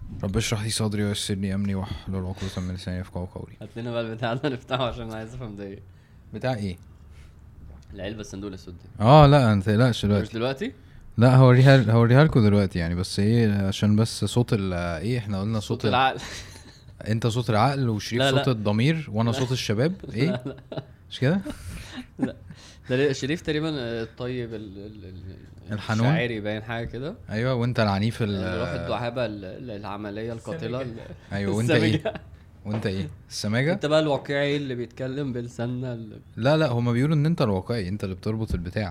رب اشرح لي صدري ويسر لي امري واحلل عقدة من لساني يفقهوا قولي. هات لنا بقى البتاع ده نفتحه عشان عايز افهم ده ايه. بتاع ايه؟ العلبه الصندوق الاسود دي لا انت لا مش دلوقتي. دلوقتي. لا هوريها لكم دلوقتي يعني، بس ايه عشان بس صوت ايه احنا قلنا صوت العقل. انت صوت العقل وشريف لا، لا. صوت الضمير وانا صوت الشباب. ايه لا، لا. مش كده؟ لا ده شريف تقريبا الطيب الحنون. الشاعري باين حاجه كده. ايوه وانت العنيف روح الدعابه العمليه القاتله ايوه وانت ايه؟ وانت ايه السماجه؟ انت بقى الواقعي اللي بيتكلم بلساننا لا هما بيقولوا ان انت الواقعي، انت اللي بتربط البتاع.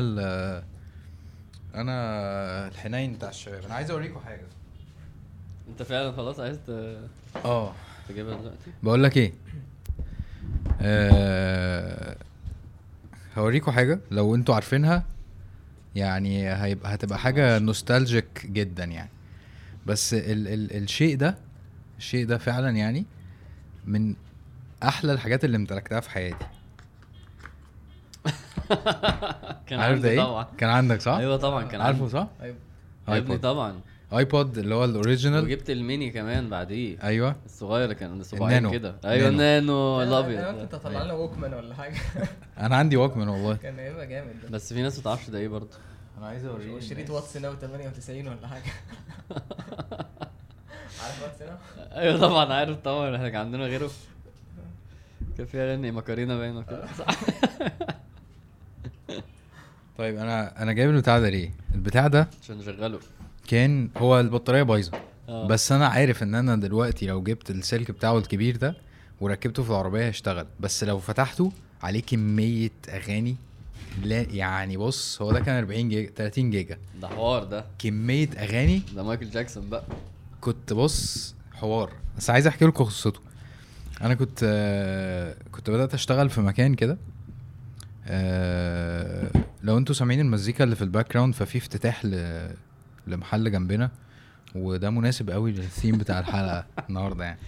انا الحنين بتاع الشباب. انا عايز اوريكم حاجه. انت فعلا خلاص عايز تجيبها دلوقتي. بقول لك ايه، هوريكم حاجه لو انتوا عارفينها يعني هتبقى حاجه نوستالجيك جدا يعني. بس الشيء ده فعلا يعني من احلى الحاجات اللي امتلكتها في حياتي. كان عارف ده عندي ايه؟ طبعا. كان عندك صح؟ ايوه طبعا كان عارفه عندي. صح؟ ايوه يا ابني ايبود. طبعا. ايبود اللي هو الاوريجينال. وجبت الميني كمان بعديه. ايوه الصغير اللي كان صباعين النانو. كده. ايوه النانو انا قلت الابيض. انت طلع لنا ووكمان ولا حاجه. انا عندي ووكمان والله. كان هيبقى جامد ده. بس في ناس ما تعرفش ده ايه برضه. انا عايز اوريك شريط واتس ناو 98 ولا حاجه. عارف واتس ناو؟ ايوه طبعا عارف طبعا، احنا كان عندنا غيره. كان فيها غني مكارينا باينه كده. طيب انا جايب البتاع ده ليه؟ البتاع ده عشان نشغله. كان هو البطاريه بايظه. آه. بس انا عارف ان انا دلوقتي لو جبت السلك بتاعه الكبير ده وركبته في العربيه هيشتغل، بس لو فتحته عليه كميه اغاني. لا يعني بص، هو ده كان 40 جيجا 30 جيجا ده حوار ده. كميه اغاني. ده مايكل جاكسون بقى. كنت بص حوار، بس عايز احكي لكم قصته. انا كنت بدات اشتغل في مكان كده. لو انتوا سامعين المزيكا اللي في الباك جراوند ففي افتتاح لمحل جنبنا، وده مناسب قوي للثيم بتاع الحلقه النهارده يعني.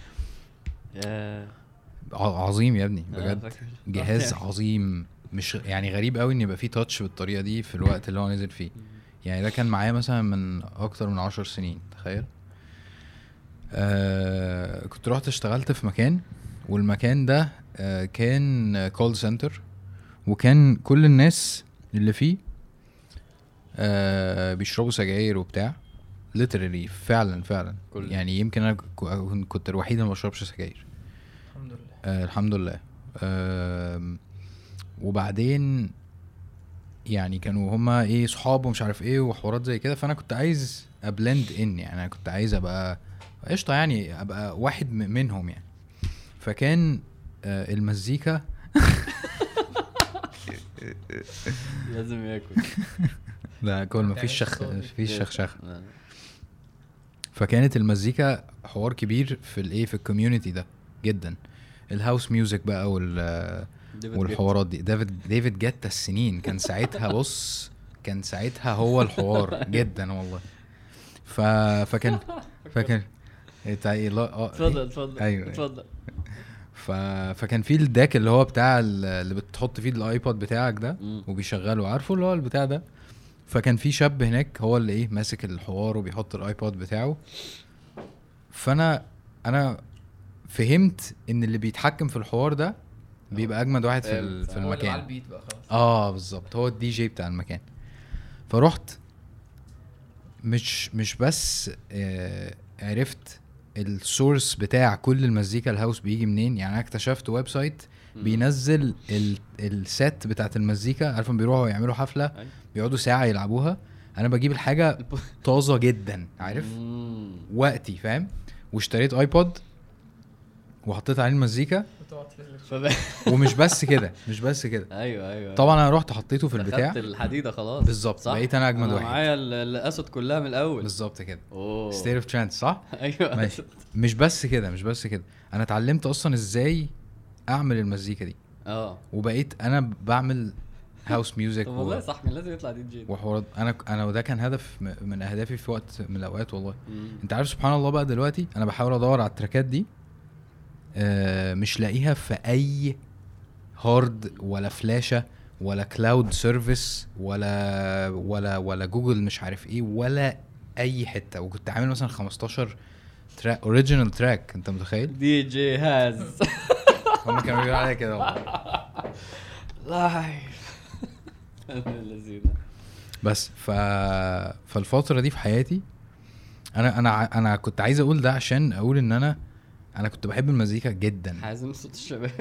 عظيم يا ابني بجد. جهاز عظيم، مش يعني غريب قوي ان يبقى فيه تاتش بالطريقه دي في الوقت اللي هو نزل فيه. يعني ده كان معايا مثلا من اكتر من 10 سنين تخيل. كنت رحت اشتغلت في مكان، والمكان ده كان كول سنتر، وكان كل الناس اللي فيه بيشربوا سجاير وبتاع literally فعلا يعني يمكن انا كنت الوحيد اللي ما بشربش سجاير الحمد لله. الحمد لله. وبعدين يعني كانوا هما ايه صحاب ومش عارف ايه وحوارات زي كده، فانا كنت عايز ابلند ان يعني انا كنت عايز ابقى قشطه يعني ابقى واحد منهم يعني. فكان المزيكا لازم ياكل. لا كل ما فيش شخشخ. فكانت المزيكا حوار كبير في الايه في الكوميونتي ده جدا. الهاوس ميوزك بقى والحوارات دي. ديفيد جيتا السنين كان ساعتها بص كان ساعتها هو الحوار جدا والله. فكان اتفضل ايوه اتفضل. فكان في الداك اللي هو بتاع اللي بتحط فيه الايبود بتاعك ده وبيشغله، عارفه اللي هو البتاع ده. فكان في شاب هناك هو اللي ايه ماسك الحوار وبيحط الايبود بتاعه. فانا فهمت ان اللي بيتحكم في الحوار ده بيبقى اجمد واحد في المكان. هو اللي على البيت بقى خلاص. بالظبط هو الدي جي بتاع المكان. فرحت مش بس عرفت السورس بتاع كل المزيكا الهاوس بيجي منين. يعني انا اكتشفت ويب سايت بينزل السيت بتاعت المزيكا. عارفين بيروحوا يعملوا حفلة بيقعدوا ساعة يلعبوها. انا بجيب الحاجة طازة جدا عارف وقتي فاهم. واشتريت ايبود وحطيت عليه المزيكا ومش بس كده ايوه طبعا انا رحت حطيته في البتاع خدت الحديده خلاص بالظبط. بقيت انا اجمد واحد معايا الاسود كلها من الاول بالظبط كده. ستيت اوف ترانس صح. ايوه ماشي. مش بس كده انا اتعلمت اصلا ازاي اعمل المزيكا دي. وبقيت انا بعمل هاوس ميوزك. والله صح كان لازم يطلع دي جي وحوارات. انا وده كان هدف من اهدافي في وقت من الاوقات والله. انت عارف سبحان الله بقى دلوقتي انا بحاول ادور على التراكات دي مش لاقيها في اي هارد ولا فلاشة ولا كلاود سيرفيس ولا جوجل مش عارف ايه ولا اي حتة. وكنت عامل مثلا 15 تراك اوريجينال تراك، انت متخيل؟ دي جي هاز هم كانوا بيقولوا عليها كده والله. لايف لذيذ. بس فالفتره دي في حياتي انا كنت عايز اقول ده عشان اقول ان انا كنت بحب المزيكا جدا. حازم صوت الشباب.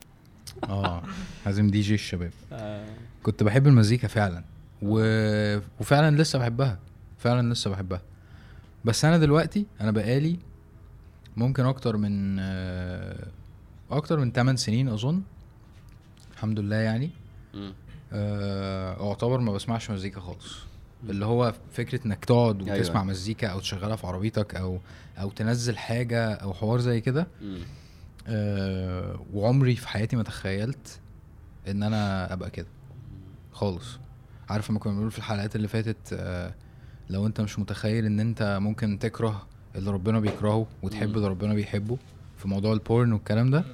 حازم دي جي الشباب. كنت بحب المزيكا فعلا وفعلا لسه بحبها. بس انا دلوقتي انا بقالي ممكن اكتر من 8 سنين اظن، الحمد لله يعني. اعتبر ما بسمعش مزيكا خالص. اللي هو فكرة انك تقعد وتسمع أيوة. مزيكا او تشغلها في عربيتك او تنزل حاجة او حوار زي كده. وعمري في حياتي ما تخيلت ان انا ابقى كده خالص. عارف ما كنا بنقول في الحلقات اللي فاتت، لو انت مش متخيل ان انت ممكن تكره اللي ربنا بيكرهه وتحب اللي ربنا بيحبه في موضوع البورن والكلام ده.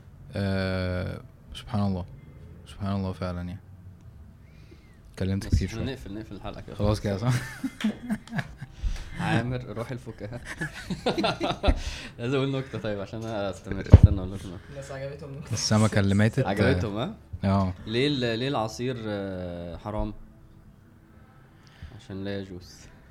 سبحان الله فعلا يعني. اتكلمت كتير شويه. نقفل الحلقه كده خلاص كده صح. عامر روح الفكاهه. لازم اقول نكته طيب عشان استمر. استنى اقول لكم الناس عجبتهم السمكه اللي ماتت. عجبتهم ليه العصير حرام؟ عشان لا يجوز.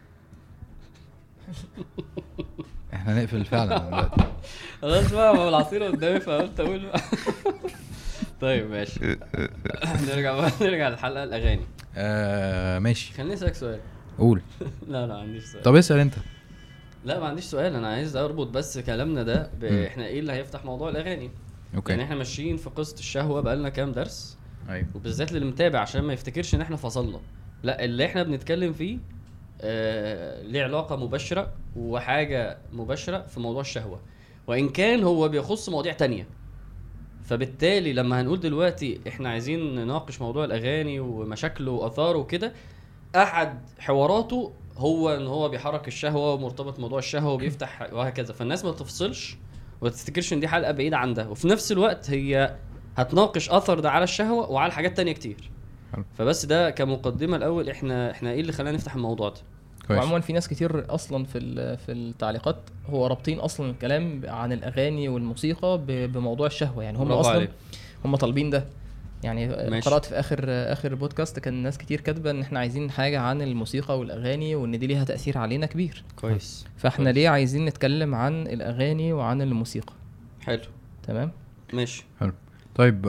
احنا نقفل فعلا دلوقتي. خلاص بقى، ما العصير قدامي فقلت اقول بقى. طيب ماشي. نرجع للحلقه الاغاني. ماشي. خليني اسالك سؤال. قول. لا ما عنديش سؤال. طب اسال انت. لا ما عنديش سؤال، انا عايز اربط بس كلامنا ده احنا ايه اللي هيفتح موضوع الاغاني. اوكي. يعني احنا ماشيين في قصه الشهوه بقالنا كام درس. ايوه. وبالذات اللي متابع عشان ما يفتكرش ان احنا فصلنا. لا، اللي احنا بنتكلم فيه ليه علاقه مباشره وحاجه مباشره في موضوع الشهوه، وان كان هو بيخص مواضيع تانية. فبالتالي لما هنقول دلوقتي احنا عايزين نناقش موضوع الاغاني ومشاكله واثاره وكده، احد حواراته هو ان هو بيحرك الشهوه ومرتبط موضوع الشهوه وبيفتح وهكذا. فالناس ما تفصلش وتفتكرش ان دي حلقه بعيده عن ده، وفي نفس الوقت هي هتناقش اثر ده على الشهوه وعلى حاجات تانية كتير. فبس ده كمقدمه الاول. احنا ايه اللي خلانا نفتح الموضوع ده. وعموما في ناس كتير اصلا في التعليقات هو رابطين اصلا الكلام عن الاغاني والموسيقى بموضوع الشهوه. يعني هم اصلا هم طالبين ده. يعني ماشي. قرأت في اخر بودكاست كان ناس كتير كاتبه ان احنا عايزين حاجه عن الموسيقى والاغاني وان دي ليها تأثير علينا كبير. كويس. فاحنا كويس. ليه عايزين نتكلم عن الاغاني وعن الموسيقى. حلو. تمام ماشي. حلو. طيب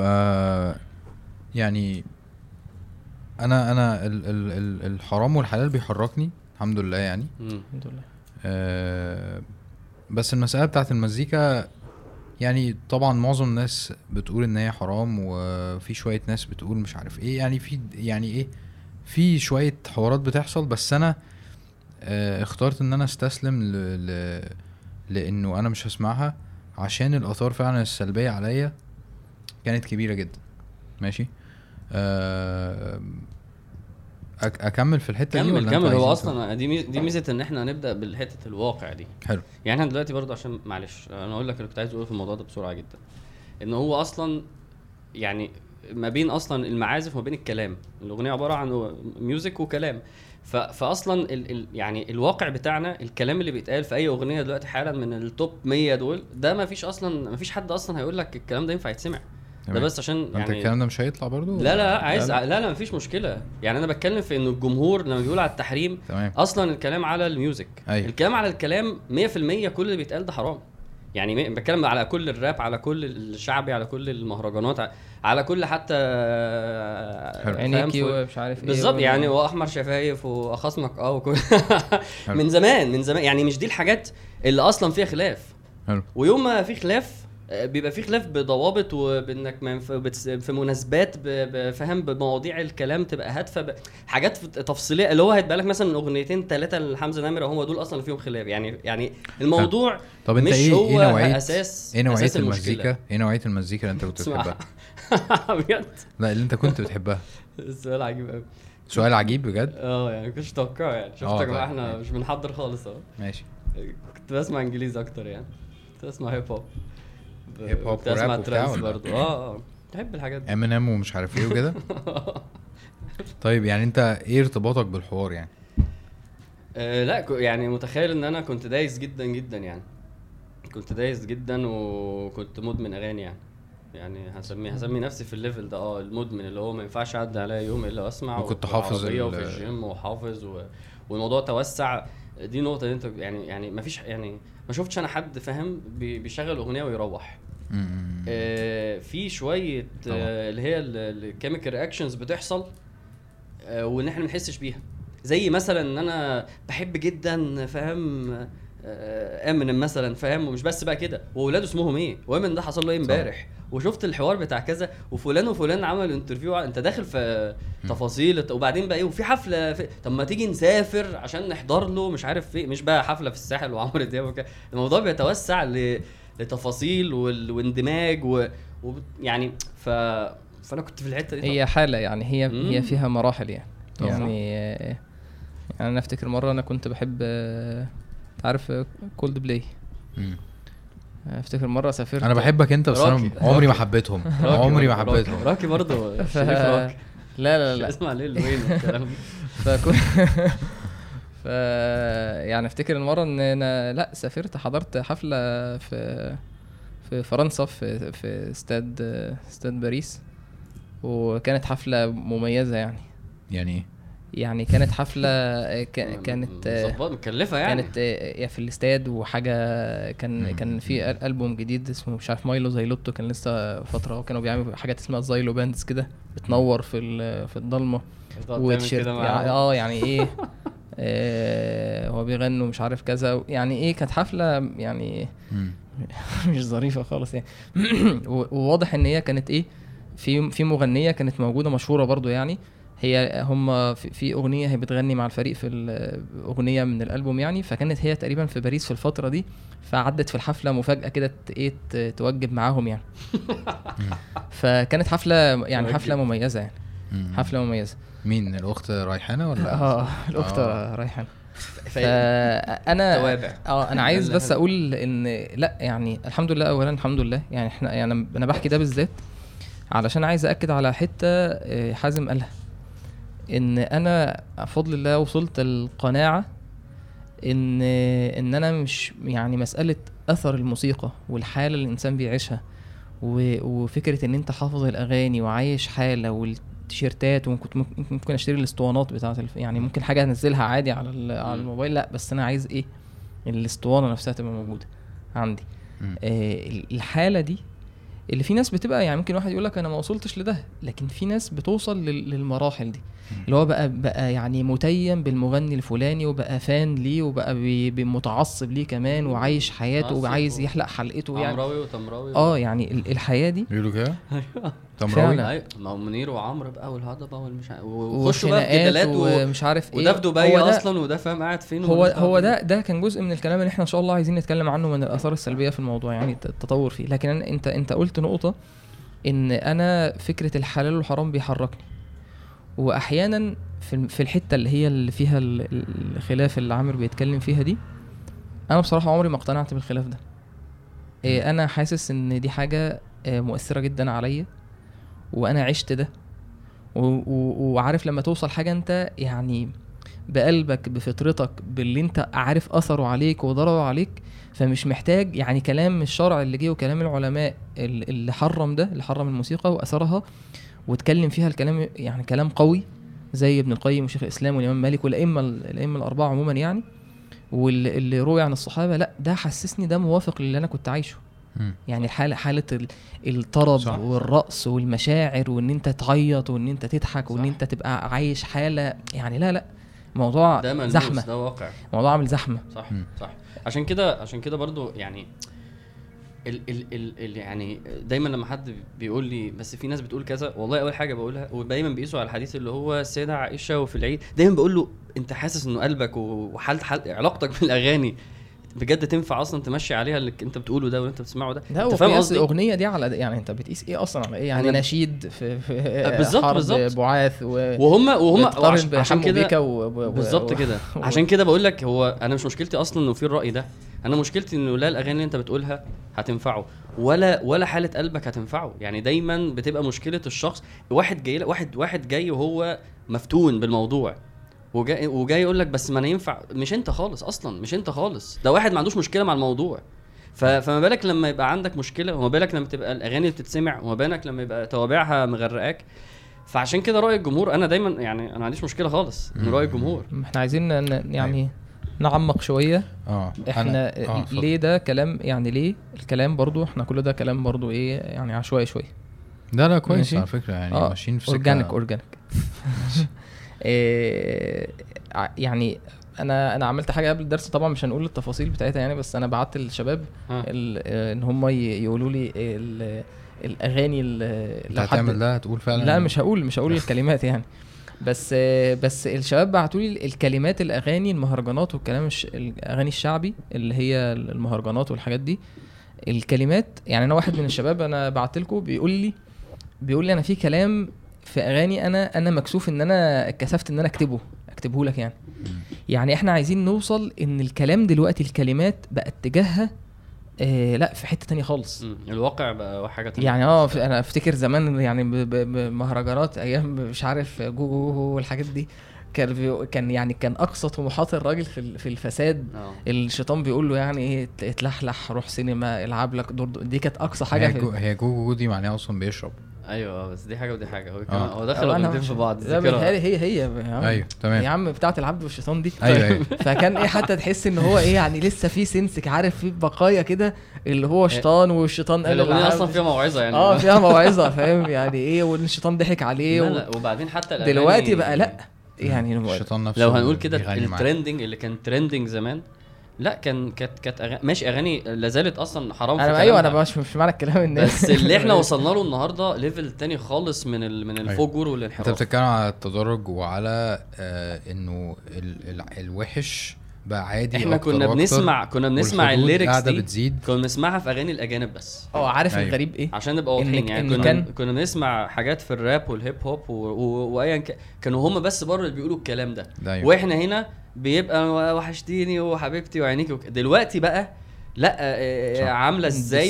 يعني انا الحرام والحلال بيحركني الحمد لله يعني. الحمد لله. بس المسألة بتاعت المزيكا يعني طبعا معظم الناس بتقول ان هي حرام، وفي شوية ناس بتقول مش عارف ايه. يعني في شوية حوارات بتحصل. بس انا اخترت ان انا استسلم لانه انا مش هسمعها عشان الاثار فعلا السلبية عليا كانت كبيرة جدا. ماشي. اكمل في الحته دي ولا كمل. هو اصلا دي ميزه ان احنا هنبدا بالحته الواقع دي. حلو. يعني احنا دلوقتي برضه عشان معلش انا اقول لك اللي كنت عايز اقوله في الموضوع ده بسرعه جدا، ان هو اصلا يعني ما بين اصلا المعازف وما بين الكلام. الاغنيه عباره عن ميوزك وكلام. فاصلا يعني الواقع بتاعنا الكلام اللي بيتقال في اي اغنيه دلوقتي حالا من التوب 100 دول، ده ما فيش حد اصلا هيقول لك الكلام ده ينفع يتسمع. ده بس عشان يعني انت الكلام ده مش هيطلع برضو. لا عايز لا مفيش مشكله. يعني انا بتكلم في انه الجمهور لما بيقول على التحريم تمام. اصلا الكلام على الميوزك. أيوة. الكلام على الكلام 100% كل اللي بيتقال ده حرام. يعني بتكلم على كل الراب، على كل الشعبي، على كل المهرجانات، على كل حتى عينيكي ومش عارف ايه بالظبط. يعني واحمر شفايف واخصمك وكل من زمان يعني مش دي الحاجات اللي اصلا فيها خلاف. حلو. ويوم ما في خلاف بيبقى في خلاف بضوابط وبانك في مناسبات بفهم بمواضيع الكلام تبقى هادفه حاجات تفصيليه اللي هو هيتبقى لك مثلا اغنيتين 3 لحمزه نمره هم دول اصلا اللي فيهم خلاف. يعني الموضوع طب انت مش هو ايه نوعيه اساس المزيكا. ايه نوعيه المزيكا اللي انت كنت بتحبها بجد؟ لا اللي انت كنت بتحبها. السؤال عجيب قوي. سؤال عجيب بجد. يعني كنتش اتوقعه. يعني شفت يا جماعه احنا مش بنحضر خالص ماشي. كنت بسمع انجليزي اكتر. يعني كنت بسمع هيب هوب وراب ترانس برضه. بحب الحاجات دي. امينيم ومش عارف ايه وكده. طيب يعني انت ايه ارتباطك بالحوار يعني؟ لا يعني متخيل ان انا كنت دايس جدا جدا يعني. كنت دايس جدا وكنت مدمن اغاني يعني هسمي نفسي في الليفل ده المدمن اللي هو ما ينفعش اعدي عليا يوم الا اسمع. وكنت حافظ وفي الجيم وحافظ والموضوع توسع. دي نقطه انت يعني ما فيش يعني ما شفتش انا حد فاهم بيشغل اغنيه ويروح. في شويه اللي هي الكيميكال رياكشنز بتحصل وان احنا ما نحسش بيها. زي مثلا ان انا بحب جدا فاهم امينيم مثلا فاهم. ومش بس بقى كده واولاده اسمهم ايه وامن ده حصل له ايه امبارح وشفت الحوار بتاع كذا وفلان وفلان عمل انترفيو. انت داخل في تفاصيل وبعدين بقى ايه وفي حفله طب ما تيجي نسافر عشان نحضر له مش عارف ايه. مش بقى حفله في الساحل وعمرو دياب وكده. الموضوع بيتوسع لتفاصيل واندماج يعني فانا كنت في الحته دي. هي حاله يعني هي فيها مراحل يعني انا افتكر مره انا كنت بحب تعرف كولد بلاي. افتكر مره سافرت. انا بحبك انت بس انا عمري ما حبيتهم. عمري ما حبيتهم. راكي برضه لا اسمع ليه الوين الكلام يعني افتكر المره ان انا لا سافرت حضرت حفله في فرنسا في استاد باريس وكانت حفله مميزه يعني يعني كانت حفله كانت مكلفه يعني كانت في الاستاد وحاجه كان في ألبوم جديد اسمه مش عارف مايلو زايلوتو كان لسه فتره وكانوا بيعملوا حاجات اسمها زايلو باندز كده بتنور في الضلمه وتيشيرت يعني ايه هو بيغنوا مش عارف كذا يعني ايه. كانت حفله يعني مش ظريفه خالص يعني وواضح ان هي كانت ايه في مغنيه كانت موجوده مشهوره برضو يعني. هم في اغنيه هي بتغني مع الفريق في الاغنيه من الالبوم يعني. فكانت هي تقريبا في باريس في الفتره دي فعدت في الحفله مفاجاه كده توجب معاهم يعني. فكانت حفله يعني حفله مميزه يعني حفله مميزه. مين الاخت ريحانه ولا الاخت ريحانه. فانا انا عايز بس اقول ان لا يعني الحمد لله اولا الحمد لله يعني احنا يعني انا بحكي ده بالذات علشان عايز اكد على حته حازم قالها ان انا بفضل الله وصلت القناعه ان انا مش يعني مساله اثر الموسيقى والحاله اللي الانسان بيعيشها وفكره ان انت حافظ الاغاني وعايش حاله والتيشيرتات ممكن اشتري الاسطوانات بتاعه يعني ممكن حاجه انزلها عادي على الموبايل. لا بس انا عايز ايه الاسطوانه نفسها تبقى موجوده عندي. الحاله دي اللي في ناس بتبقى يعني ممكن واحد يقول لك انا ما وصلتش لده لكن في ناس بتوصل للمراحل دي اللي هو بقى يعني متيم بالمغني الفلاني وبقى فان ليه وبقى متعصب ليه كمان وعايش حياته وعايز يحلق حلقته يعني عمراوي وتمراوي يعني الحياه دي بيقولوا كده تمراوي ما هو منير وعمرو بقى والهضبه والمش وخشوا بقى في جدالات ومش عارف ايه وده في دبي اصلا وده فاهم قاعد فين هو ده كان جزء من الكلام اللي احنا ان شاء الله عايزين نتكلم عنه من الاثار السلبيه في الموضوع يعني التطور فيه. لكن انت قلت نقطه ان انا فكره الحلال والحرام بيحركني واحيانا في الحته اللي فيها الخلاف اللي عامر بيتكلم فيها دي. انا بصراحه عمري ما اقتنعت بالخلاف ده. انا حاسس ان دي حاجه مؤثره جدا عليا وانا عشت ده وعارف لما توصل حاجه انت يعني بقلبك بفطرتك باللي انت عارف اثره عليك وضرره عليك فمش محتاج يعني كلام الشرع اللي جه وكلام العلماء اللي حرم ده اللي حرم الموسيقى واثرها واتكلم فيها الكلام يعني كلام قوي زي ابن القيم وشيخ الاسلام والامام مالك والائمه الاربعه عموما يعني واللي روي عن الصحابه. لا ده حسسني ده موافق للي انا كنت عايشه يعني حاله الطرب صح. والرقص والمشاعر وان انت تعيط وان انت تضحك وان انت تبقى عايش حاله يعني لا موضوع زحمه ده واقع موضوع عامل زحمه صح عشان كده برضو يعني ال يعني دايما لما حد بيقول لي بس في ناس بتقول كذا والله اول حاجه بقولها ودايما بيقيسوا على الحديث اللي هو السيده عائشه وفي العيد دايما بقول له انت حاسس انه قلبك وحالة علاقتك بالاغاني بجد تنفع اصلا تمشي عليها اللي انت بتقوله ده واللي انت بتسمعه ده؟ انت فاهم قصدي؟ الاغنيه دي على يعني انت بتقيس ايه اصلا على ايه يعني نشيد في بالظبط بعاث وهم عشان كده بالظبط كده عشان كده بقول لك هو انا مش مشكلتي اصلا انه في الراي ده. انا مشكلتي انه لا الاغاني اللي انت بتقولها هتنفعه ولا حاله قلبك هتنفعه. يعني دايما بتبقى مشكله الشخص واحد جاي وهو مفتون بالموضوع وجاي يقول لك بس ما انا ينفع. مش انت خالص اصلا مش انت خالص. ده واحد ما عندوش مشكله مع الموضوع فما بالك لما يبقى عندك مشكله، وما بالك لما تبقى الاغاني بتتسمع، وما بالك لما يبقى توابعها مغرقاك. فعشان كده راي الجمهور انا دايما يعني انا ما عنديش مشكله خالص ان راي الجمهور. احنا عايزين يعني نعمق شويه. احنا ليه ده كلام يعني ليه الكلام برضو احنا كل ده كلام برضو ايه يعني عشوائي شويه. لا كويس على فكره يعني ماشيين في سكه اورجانيك يعني انا عملت حاجه قبل الدرس طبعا مش هنقول التفاصيل بتاعتها يعني، بس انا بعت للشباب ان هم يقولوا لي الاغاني اللي هتعمل ده هتقول فعلا. لا مش هقول الكلمات يعني، بس الشباب بعتوا لي الكلمات الاغاني المهرجانات والكلام الاغاني الشعبي اللي هي المهرجانات والحاجات دي الكلمات. يعني انا واحد من الشباب انا بعت لكم بيقول لي انا في كلام في اغاني انا مكسوف ان انا اتكسفت ان انا اكتبه لك يعني احنا عايزين نوصل ان الكلام دلوقتي الكلمات بقى اتجاهها لا في حته تانية خالص. الواقع بقى حاجه تانية يعني انا افتكر زمان يعني بمهرجانات ايام مش عارف جوجو والحاجات دي كان اقصى طموحات الراجل في الفساد. الشيطان بيقول له يعني ايه اتلحلح روح سينما العب لك دور دي كانت اقصى حاجه. هي جوجو دي معناها اصلا بيشرب. ايوه بس دي حاجه ودي حاجه. هو دخل الاثنين في بعض. هي ايوه تمام يا عم بتاعه العبد والشيطان دي. ايوه فكان ايه حتى تحس ان هو ايه يعني لسه في سنسك عارف في بقايا كده اللي هو شيطان والشيطان قال له اصلا فيها موعظه يعني فيها موعظه فاهم يعني ايه والشيطان ضحك عليه لا وبعدين حتى دلوقتي بقى لا يعني الشيطان نفسه لو هنقول كده الترندنج اللي كان ترندنج زمان لا كانت ماشي اغاني لازالت اصلا حرام في ايوه انا مش معنى الكلام الناس بس اللي احنا وصلنا له النهارده ليفل تاني خالص من الفجور والانحراف. انت بتتكلم على التدرج وعلى انه الوحش بقى عادي. احنا كنا بنسمع الليركس دي بتزيد. كنا بنسمعها في اغاني الاجانب بس. عارف الغريب ايه عشان نبقى واضحين يعني كنا بنسمع حاجات في الراب والهيب هوب وايا كانوا هم بس بره اللي بيقولوا الكلام ده واحنا هنا بيبقى وحشتيني وحبيبتي وعينيكي دلوقتي بقى لا عامله ازاي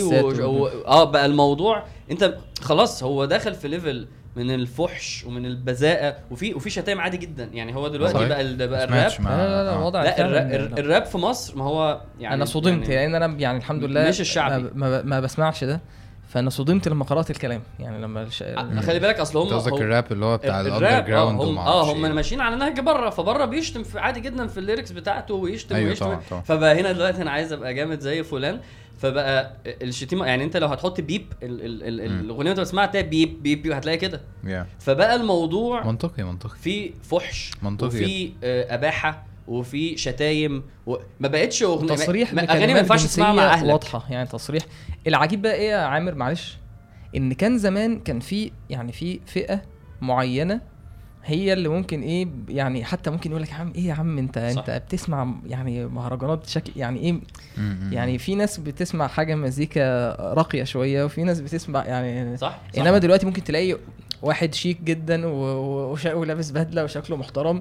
بقى الموضوع انت خلاص هو دخل في ليفل من الفحش ومن البذاءه وفي شتايم عادي جدا يعني. هو دلوقتي بقى الراب لا وضع الراب في مصر ما هو يعني انا صدمت يعني لان انا يعني الحمد لله مش الشعبي ما بسمعش ده. فانا صدمت لما قرات الكلام يعني لما خلي بالك اصل هم قصدك الراب اللي هو بتاع الاندر جراوند هم ماشيين على نهج بره فبره بيشتم في عادي جدا في الليركس بتاعته ويشتم طبعا. فبقى هنا دلوقتي انا عايز ابقى جامد زي فلان فبقى الشتيمه يعني انت لو هتحط بيب الاغنيه انت بتسمعها تلاقي بيب بيب هتلاقي كده فبقى الموضوع منطقي في فحش منطقي وفي اباحه وفي شتايم ما بقتش تصريح اغاني ما ينفعش تسمعها مع اهلك واضحه يعني تصريح. العجيب بقى ايه يا عامر معلش ان كان زمان كان في يعني في فئه معينه هي اللي ممكن ايه يعني حتى ممكن يقول لك يا عم ايه يا عم انت بتسمع يعني مهرجانات بشكل يعني ايه يعني في ناس بتسمع حاجه مزيكا راقيه شويه وفي ناس بتسمع يعني صح. انما دلوقتي ممكن تلاقي واحد شيك جدا ولابس بدله وشكله محترم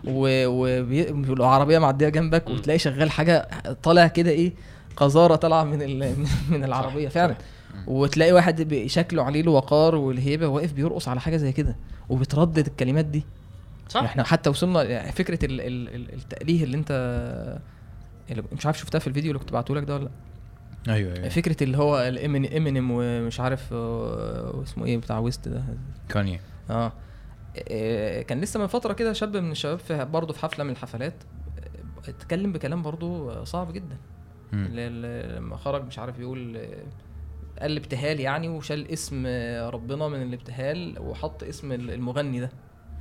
وعربيه معديه جنبك وتلاقي شغال حاجه طالع كده ايه قذاره طالعه من العربيه فعلا. وتلاقي واحد شكله عليه الوقار والهيبه واقف بيرقص على حاجه زي كده وبتردد الكلمات دي صح. احنا حتى وصلنا فكره التأليه اللي انت مش عارف شفتها في الفيديو اللي كنت بعته لك ده ولا لا. ايوه فكره اللي هو الامينيم ومش عارف اسمه ايه بتاع ويست ده كاني كان لسه من فتره كده شاب من الشباب برضه في حفله من الحفلات اتكلم بكلام برضه صعب جدا لما خرج مش عارف يقول قال الابتهال يعني وشال اسم ربنا من الابتهال وحط اسم المغني ده.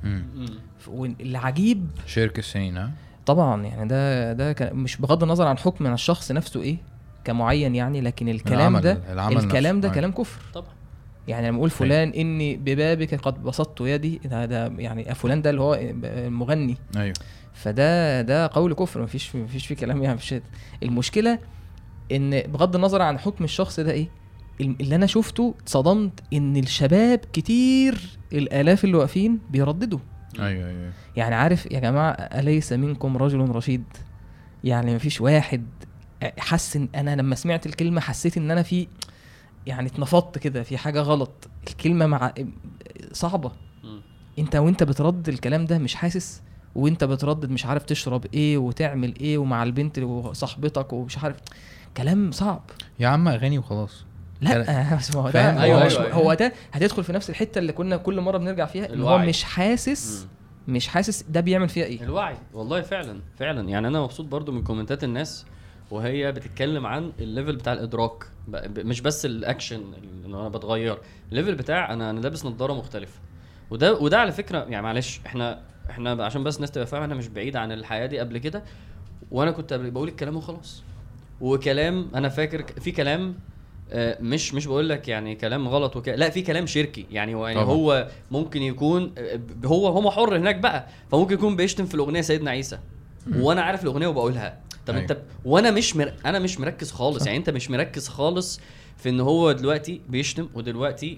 والعجيب شرك السنين طبعا يعني ده مش بغض النظر عن حكم من الشخص نفسه ايه كمعين يعني لكن الكلام ده كلام كفر طبعا. يعني لما اقول فلان اني ببابك قد بسطت يدي ده يعني فلان ده اللي هو المغني ايوه فده قول كفر مفيش فيه كلام يعني مفيش. المشكله ان بغض النظر عن حكم الشخص ده ايه اللي انا شفته اتصدمت ان الشباب كتير الالاف اللي واقفين بيرددوا ايوه يعني عارف يا جماعه اليس منكم رجل رشيد يعني مفيش واحد حس ان انا لما سمعت الكلمه حسيت ان انا في يعني اتنفضت كده في حاجه غلط الكلمه مع صعبه انت وانت بتردد الكلام ده مش حاسس وانت بتردد مش عارف تشرب ايه وتعمل ايه ومع البنت وصاحبتك ومش عارف كلام صعب يا عم اغاني وخلاص. لا بس هو ده هو ده هتدخل في نفس الحته اللي كنا كل مره بنرجع فيها، ان هو مش حاسس ده بيعمل فيها ايه. الوعي والله فعلا يعني انا مبسوط برضو من كومنتات الناس وهي بتتكلم عن الليفل بتاع الادراك، مش بس الاكشن ان انا بتغير الليفل بتاع انا لابس نظاره مختلفه. وده على فكره يعني معلش احنا عشان بس الناس تبقى فاهمه احنا مش بعيد عن الحياه دي قبل كده، وانا كنت بقول الكلام وخلاص، وكلام انا فاكر في كلام مش بقول لك يعني كلام غلط لا في كلام شركي يعني هو ممكن يكون هو حر هناك بقى، فممكن يكون بيشتم في الاغنيه سيدنا عيسى وانا عارف الاغنيه وبقولها. طب انت وانا انا مش مركز خالص. يعني انت مش مركز خالص في ان هو دلوقتي بيشتم ودلوقتي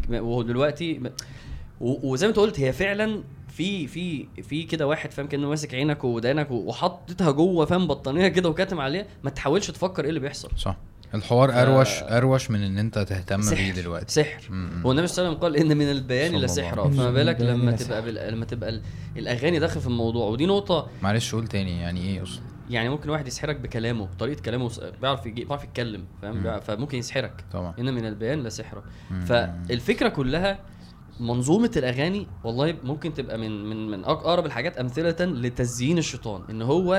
وزي ما انت قلت هي فعلا في كده واحد فاهم كانه ماسك عينك ودانك وحطتها جوه فاهم بطانيه كده وكاتم عليها، ما تحاولش تفكر ايه اللي بيحصل. صح. الحوار اروش من ان انت تهتم بيه دلوقتي. سحر. هو النبي صلى الله عليه وسلم قال ان من البيان لسحر، فما بالك لما تبقى الاغاني داخل في الموضوع. ودي نقطه معلش قول تاني يعني ايه اصلا. يعني ممكن واحد يسحرك بكلامه، طريقه كلامه بيعرف يتكلم فاهم، فممكن يسحرك طبعا. ان من البيان لسحر. فالفكره كلها منظومه الاغاني والله ممكن تبقى من اقرب الحاجات امثله لتزيين الشيطان، ان هو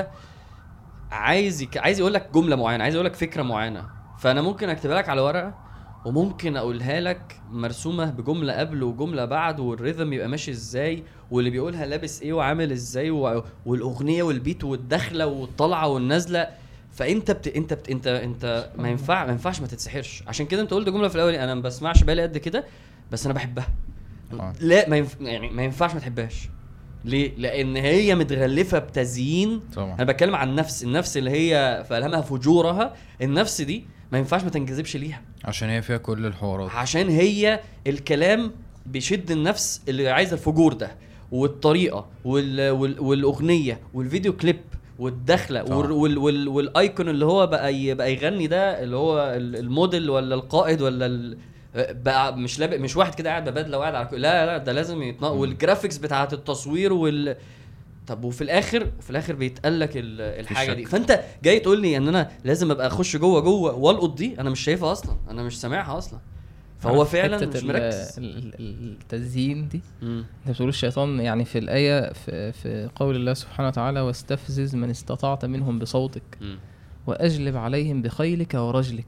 عايز يقول لك جمله معينه، عايز يقول لك فكره معينه، فانا ممكن اكتبها لك على ورقه وممكن اقولها لك مرسومه بجمله قبل وجمله بعد، والريذم يبقى ماشي ازاي واللي بيقولها لابس ايه وعامل ازاي والاغنيه والبيت والدخله والطلعه والنازله. فانت انت ما ينفعش ما تتسحرش. عشان كده انت قلت جمله في الاول انا ما بسمعش بالي قد كده بس انا بحبها. لا يعني ما ينفعش ما تحبهاش. ليه؟ لان هي متغلفه بتزيين طبعا. انا بتكلم عن النفس اللي هي فالهمها فجورها، النفس دي ما ينفعش ما تنجذبش ليها عشان هي فيها كل الحوارات، عشان هي الكلام بيشد النفس اللي عايزه الفجور ده، والطريقه والاغنيه والفيديو كليب والدخله والايكون اللي هو بقى يغني ده، اللي هو الموديل ولا القائد ولا بقى مش واحد كده قاعد ببدله وقاعد على لا ده لازم يتنقل، والجرافيكس بتاعه التصوير طب وفي الاخر بيتقلك الحاجه دي. فانت جاي تقول لي ان انا لازم ابقى اخش جوه والقط دي، انا مش شايفها اصلا، انا مش سامعها اصلا. فهو فعلا مش مركز. التزيين دي انت بتقول الشيطان يعني في الايه في قول الله سبحانه وتعالى واستفزز من استطعت منهم بصوتك واجلب عليهم بخيلك ورجلك.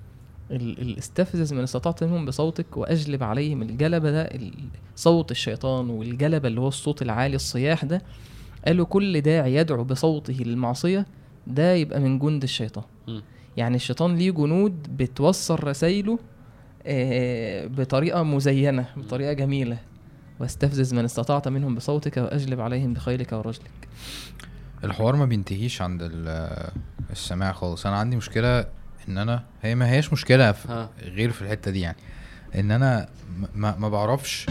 الاستفزز من استطعت منهم بصوتك واجلب عليهم، الجلبه ده صوت الشيطان، والجلبه اللي هو الصوت العالي الصياح ده. قالوا كل داعي يدعو بصوته للمعصيه ده يبقى من جند الشيطان. يعني الشيطان ليه جنود بتوصل رسائله بطريقه مزينه، بطريقه جميله. واستفزز من استطعت منهم بصوتك واجلب عليهم بخيلك ورجلك. الحوار ما بينتهيش عند السماع خالص. انا عندي مشكله ان انا هي ما هيش مشكله غير في الحته دي، يعني ان انا ما بعرفش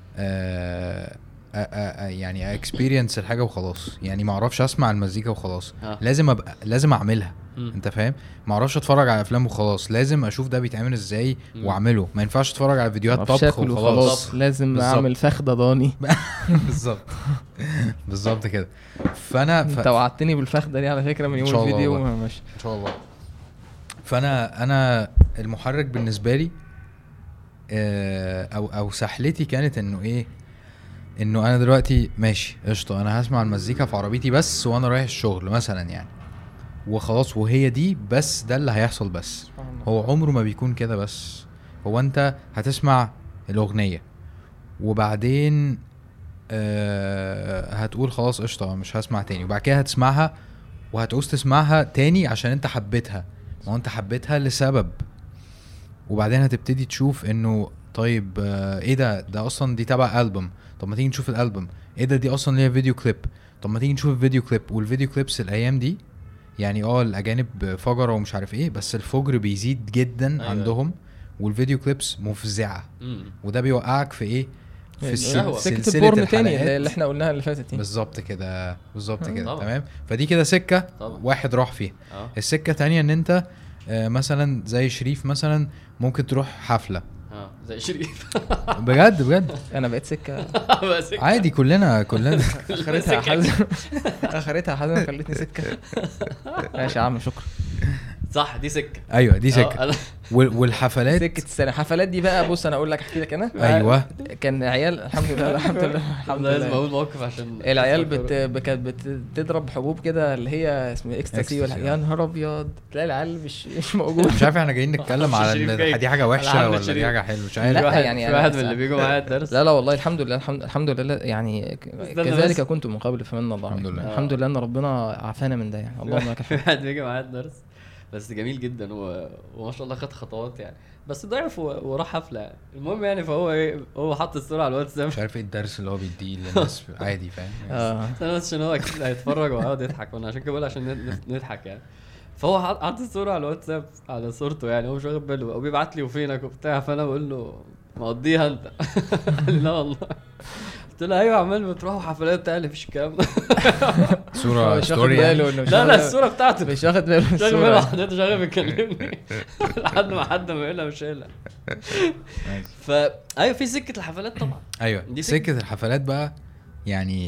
يعني اكسبيرينس الحاجه وخلاص. يعني ما اعرفش اسمع المزيكا وخلاص، لازم اعملها. انت فاهم؟ ما اعرفش اتفرج على افلام وخلاص، لازم اشوف ده بيتعمل ازاي واعمله. ما ينفعش اتفرج على فيديوهات طبخ وخلاص، لازم اعمل فخده ضاني. بالظبط كده. انت وعدتني بالفخده دي على فكره من يوم الفيديو ماشي ان شاء الله. فانا المحرك بالنسبه لي او سحلتي كانت انه ايه، انه انا دلوقتي ماشي قشطه، انا هسمع المزيكا في عربيتي بس وانا رايح الشغل مثلا يعني، وخلاص وهي دي بس، ده اللي هيحصل. بس هو عمره ما بيكون كده. بس هو انت هتسمع الاغنيه وبعدين هتقول خلاص قشطه مش هسمع تاني، وبعد كده هتسمعها وهتعوز تسمعها تاني عشان انت حبيتها، ما انت حبيتها لسبب. وبعدين هتبتدي تشوف انه طيب ايه ده اصلا دي تبع ألبوم، طب ما تيجي نشوف الألبوم. ايه ده دي اصلا ليها فيديو كليب، طب ما تيجي نشوف الفيديو كليب. والفيديو كليبس الايام دي يعني الاجانب فجرة ومش عارف ايه، بس الفجر بيزيد جدا عندهم، والفيديو كليبس مفزعة. وده بيوقعك في ايه، في سلسلة الحلقات اللي احنا قلناها اللي فاتت. بالظبط كده تمام. فدي كده سكة واحد راح فيها. السكة تانية ان انت مثلا زي شريف مثلا ممكن تروح حفلة زي شريف. بجد انا بقيت سكة عادي. كلنا اخرتها حزن خلتني سكة. ماشي يا عم شكرا. صح دي سكه. ايوه دي سكه. والحفلات سكه السنه. الحفلات دي بقى بص انا اقول لك احكي لك انا. ايوه كان عيال الحمد لله الحمد لله الحمد لله لازم اقول موقف عشان العيال كانت بتضرب حبوب كده اللي هي اسمها اكستاسي ولا يا نهار ابيض، تلاقي العيال مش موجود. مش عارف احنا جايين نتكلم على ان دي حاجه وحشه ولا دي حاجه حلوه مش عارف. لا يعني واحد من اللي بيجوا معايا الدرس لا والله الحمد لله الحمد لله يعني كذلك كنت من قبل فمن الله الحمد لله ان ربنا عافانا من ده يعني. اللهم لك الحمد. واحد بيجي معايا الدرس بس جميل جدا وما شاء الله خد خطوات يعني، بس ضعف وراح حفله يعني. المهم يعني فهو ايه، هو حط الصوره على الواتساب. مش عارف ايه الدرس اللي هو بيديه للناس عادي فاهم. انا بس عشان هو اكيد هيتفرج وهيقعد يضحك، وانا عشان كده بقول عشان نضحك يعني. فهو حط الصوره على الواتساب على صورته يعني، هو مش واخد باله وبيبعت لي وفينك وبتاع، فانا بقول له مقضيها انت. لا والله. قلت له ايوه عمال بتروحوا حفلات بتاع اللي مفيش الكلام ده. صوره ستوري يعني. لا الصوره بتاعته مش واخد باله من الصوره. حضرتك شغال بيكلمني لحد ما حد ما يقولها مش قايلها. ايوه في سكه الحفلات طبعا. ايوه سكه الحفلات بقى يعني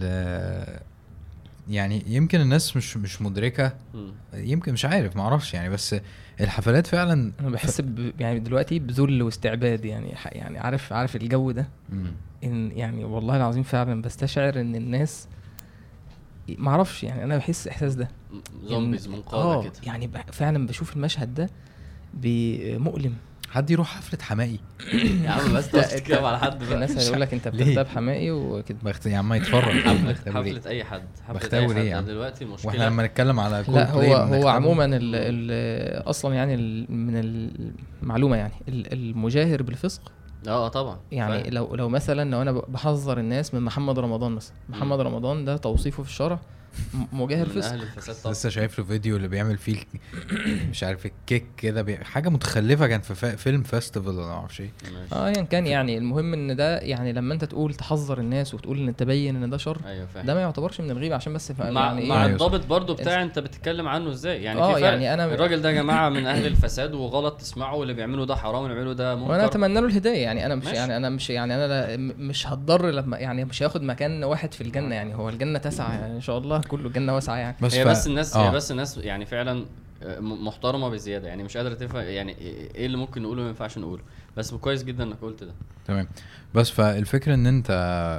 يعني يمكن الناس مش مدركه، يمكن مش عارف ما اعرفش يعني، بس الحفلات فعلا انا بحس يعني دلوقتي بذل واستعباد يعني عارف الجو ده. ان يعني والله العظيم فعلا بستشعر ان الناس ما اعرفش يعني، انا بحس احساس ده زومبيز منقاده كده يعني. فعلا بشوف المشهد ده بمؤلم. حد يروح حفله حمائي يا عم بس تتكلم على حد بقى، الناس هيقول لك انت بتكتب حمائي وكده يا عم يتفرج. حفله اي حد بختاور ايه يعني دلوقتي المشكله. واحنا لما نتكلم على لا هو عموما اصلا يعني من المعلومه يعني المجاهر بالفسق طبعا يعني لو مثلا لو انا بحذر الناس من محمد رمضان مثلا، محمد رمضان ده توصيفه في الشارع مجاهر فسق. لسه شايف له فيديو اللي بيعمل فيه مش عارف الكيك كده حاجه متخلفه، كان في فيلم فيستيفال ولا ما اعرفش ايه يعني كان يعني المهم ان ده يعني لما انت تقول تحذر الناس وتقول ان تبين ان ده شر، ده ما يعتبرش من الغيبه عشان بس يعني مع الضابط برضو بتاع انت بتتكلم عنه ازاي يعني. في يعني انا الراجل ده يا جماعه من اهل الفساد وغلط تسمعوا، واللي بيعملوا ده حرام واللي بيعملوا ده منكر، وانا اتمنى له الهدايه يعني. انا مش هتضر لما يعني مش هياخد مكان واحد في الجنه يعني. هو الجنه تسعه يعني ان شاء الله كله جنه واسعه يعني. بس الناس يعني فعلا محترمه بزياده يعني، مش قادره تفهم يعني ايه اللي ممكن نقوله ما ينفعش نقوله، بس كويس جدا انك قلت ده. تمام. بس فالفكره ان انت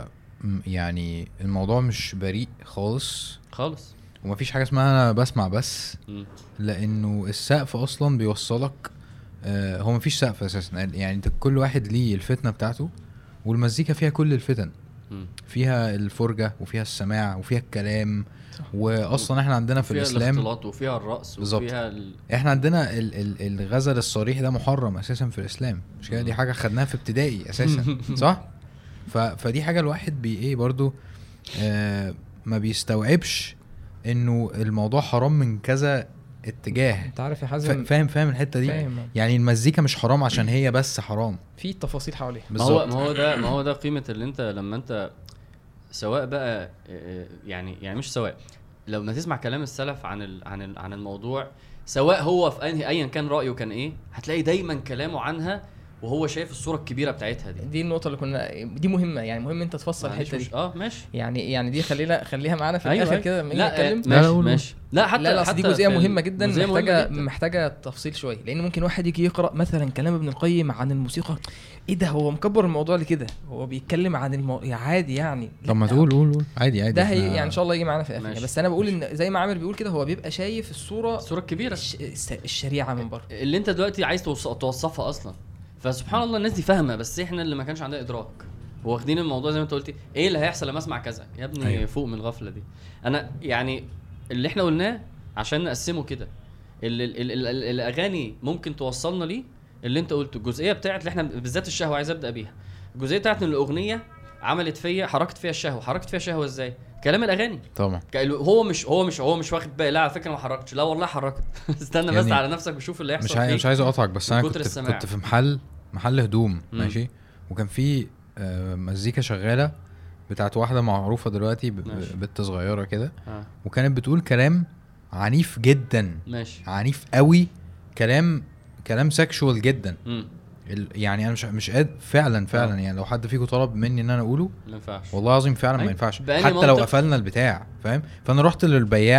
يعني الموضوع مش بريء خالص ومفيش حاجه اسمها انا بسمع بس لانه السقف اصلا بيوصلك. هو مفيش سقف اساسا يعني، انت كل واحد ليه الفتنه بتاعته، والمزيكا فيها كل الفتن، فيها الفرجه وفيها السماع وفيها الكلام. واصلا احنا عندنا في الاسلام الاختلاط وفيها الرقص وفيها احنا عندنا الغزل الصريح ده محرم اساسا في الاسلام، مش كده؟ دي حاجه خدناها في ابتدائي اساسا صح. فدي حاجه الواحد ايه برضو ما بيستوعبش انه الموضوع حرام من كذا اتجاه. انت عارف يا حازم فاهم الحته دي يعني. المزيكا مش حرام عشان هي بس حرام، في تفاصيل حواليها. ما هو ده قيمه اللي انت لما انت سواء بقى يعني مش سواء لو ما تسمع كلام السلف عن الموضوع، سواء هو في ايا كان رايه كان ايه، هتلاقي دايما كلامه عنها وهو شايف الصوره الكبيره بتاعتها. دي النقطه اللي كنا دي مهمه يعني، مهم انت تفصل الحته دي. ماشي يعني دي خليها معانا في الاخر كده لما نتكلم. ماشي لا حتى دي جزئيه مهمه جدا محتاجه تفصيل شويه، لان ممكن واحد يجي يقرا مثلا كلام ابن القيم عن الموسيقى، ايه ده هو مكبر الموضوع لكده، هو بيتكلم عن عادي يعني. طب ما تقول عادي ده يعني ان شاء الله يجي معانا في الاخر. بس انا بقول ان زي ما عامر بيقول كده، هو بيبقى شايف الصوره الكبيره الشريعه من بره اللي انت دلوقتي عايز توصفها اصلا. فسبحان الله الناس دي فاهمه، بس احنا اللي ما كانش عندنا ادراك واخدين الموضوع زي ما انت قلتي. ايه اللي هيحصل لما اسمع كذا يا ابني؟ أيوه. فوق من الغفله دي. انا يعني اللي احنا قلناه عشان نقسمه كده، الاغاني ممكن توصلنا ليه اللي انت قلته. الجزئيه بتاعت اللي احنا بالذات الشهوه عايز ابدا بيها، الجزئيه بتاعت ان الاغنيه عملت فيا، حركت فيها الشهوه ازاي؟ كلام الاغاني طبعا. هو مش واخد بالي. لا على فكره ما حركتش، لا والله حركت. استنى يعني بس على نفسك وشوف اللي هيحصل. مش عايز اقطعك، بس انا كنت في محل هدوم ماشي، وكان في مزيكا شغاله بتاعت واحده معروفه دلوقتي بنت صغيره كده، وكانت بتقول كلام عنيف جدا ماشي. عنيف قوي، كلام سكشوال جدا. يعني انا مش قادر فعلا يعني لو حد فيكم طلب مني ان انا اقوله ما ينفعش والله العظيم فعلا ما ينفعش، حتى لو قفلنا البتاع فاهم. فانا رحت للبياع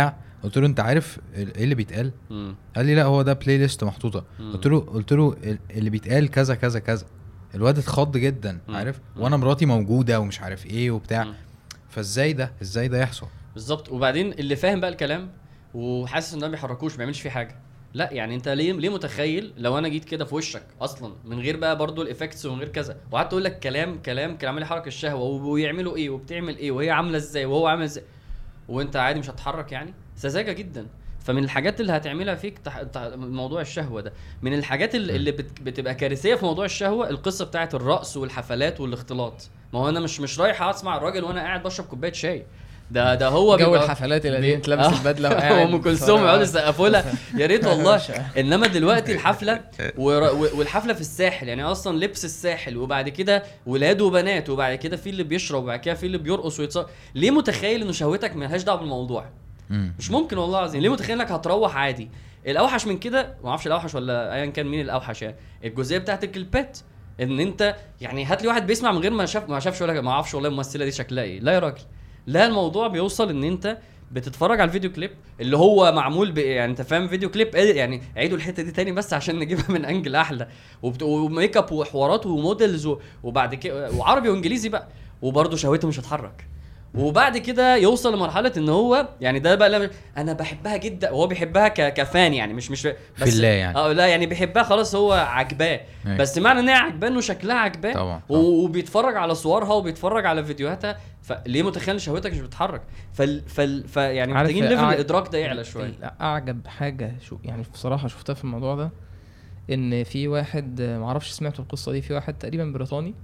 قلت له انت عارف ايه اللي بيتقال؟ قال لي لا هو ده بلاي ليست محطوطه. قلت له اللي بيتقال كذا كذا كذا. الواد اتخض جدا عارف، وانا مراتي موجوده ومش عارف ايه وبتاع. فازاي ده يحصل بالظبط؟ وبعدين اللي فاهم بقى الكلام وحاسس ان ده بيحركوش ما بيعملش فيه حاجه، لا يعني انت ليه متخيل لو انا جيت كده في وشك اصلا من غير بقى برضو الافكتس ومن غير كذا، وقعدت اقول لك كلام عمال يحرك الشهوه ويعملوا ايه وبتعمل ايه وهي عامله ازاي وهو عامل ازاي، وانت عادي مش هتتحرك؟ يعني سذاجه جدا. فمن الحاجات اللي هتعملها فيك موضوع الشهوه ده، من الحاجات اللي بتبقى كارثيه في موضوع الشهوه القصه بتاعت الرقص والحفلات والاختلاط. ما هو انا مش رايح اسمع الراجل وانا قاعد بشرب كوبايه شاي. ده هو جو الحفلات اللي انت لابس البدله وقاعد ام كلثوم يقعدوا يسقفوا لها يا ريت والله. انما دلوقتي الحفله والحفله في الساحل، يعني اصلا لبس الساحل، وبعد كده ولاد وبنات، وبعد كده في اللي بيشرب، وبعد كده في اللي بيرقص ويتصور. ليه متخيل انه شهوتك ملهاش دعوه بالموضوع؟ مش ممكن والله العظيم. ليه متخيل انك هتروح عادي؟ الاوحش من كده، ما اعرفش الاوحش ولا ايا كان مين الاوحش، يعني الجزئيه بتاعت الكليبات، ان انت يعني هات لي واحد بيسمع من غير ما شافش ولا ما اعرفش والله الممثله دي شكلها ايه. لا يا راجل، لا الموضوع بيوصل ان انت بتتفرج على الفيديو كليب اللي هو معمول يعني انت فاهم فيديو كليب يعني عيدوا الحته دي تاني بس عشان نجيبها من انجل احلى، وميك اب وحوارات وموديلز وبعد كده وعربي وانجليزي بقى، وبرده شهوته مش هتحرك. وبعد كده يوصل لمرحله ان هو يعني ده بقى انا بحبها جدا، وهو بيحبها كفان يعني مش بس في الله يعني لا يعني بيحبها خلاص، هو عجباه. بس معنى ان هي عجباه انه شكلها عجباه طبعا. وبيتفرج على صورها وبيتفرج على فيديوهاتها. فليه متخيل شهوتك مش بتتحرك؟ يعني محتاجين ليفل الادراك ده يعلى شويه. اعجب حاجه يعني بصراحه شفتها في الموضوع ده، ان في واحد معرفش سمعتوا القصه دي، في واحد تقريبا بريطاني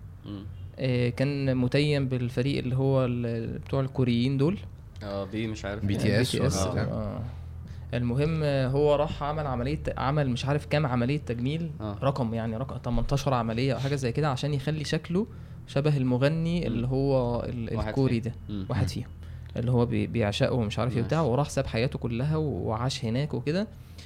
كان متيم بالفريق اللي هو بتوع الكوريين دول، مش عارف BTS. المهم هو راح عمل مش عارف كام عمليه تجميل، رقم 18 عمليه او حاجه زي كده، عشان يخلي شكله شبه المغني اللي هو الكوري ده، واحد فيهم اللي هو بيعشقه ومش عارف ايه بتاعه، وراح ساب حياته كلها وعاش هناك وكده.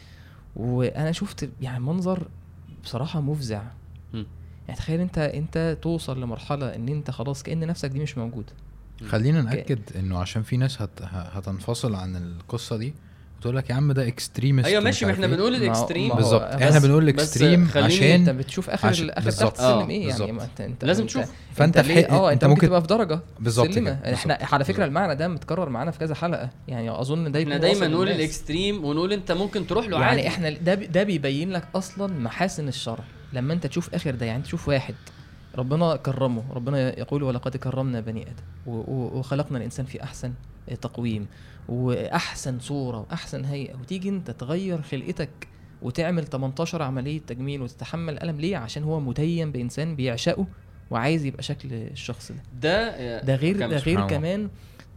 وانا شفت يعني منظر بصراحه مفزع. يعني تخيل انت توصل لمرحله ان انت خلاص كأن نفسك دي مش موجوده. خلينا نأكد انه عشان في ناس هتنفصل عن القصه دي وتقول لك يا عم ده اكستريمست. ايوه ماشي، ما احنا بنقول الاكستريم بالظبط، احنا بنقول الاكستريم عشان انت بتشوف اخر تحت السلم ايه يعني، ما انت لازم تشوف. فانت انت ممكن تبقى في درجه بالظبط. احنا على فكره المعنى ده متكرر معانا في كذا حلقه، يعني اظن احنا دايما نقول الاكستريم ونقول انت ممكن تروح له عادي. يعني احنا ده بيبين لك اصلا محاسن الشرع لما انت تشوف اخر ده. يعني تشوف واحد ربنا كرمه، ربنا يقول ولقد كرمنا بني ادم وخلقنا الانسان في احسن تقويم واحسن صوره واحسن هيئه، وتيجي انت تغير خلقتك وتعمل 18 عمليه تجميل وتتحمل الم ليه؟ عشان هو متيم بانسان بيعشقه وعايز يبقى شكل الشخص ده غير كمان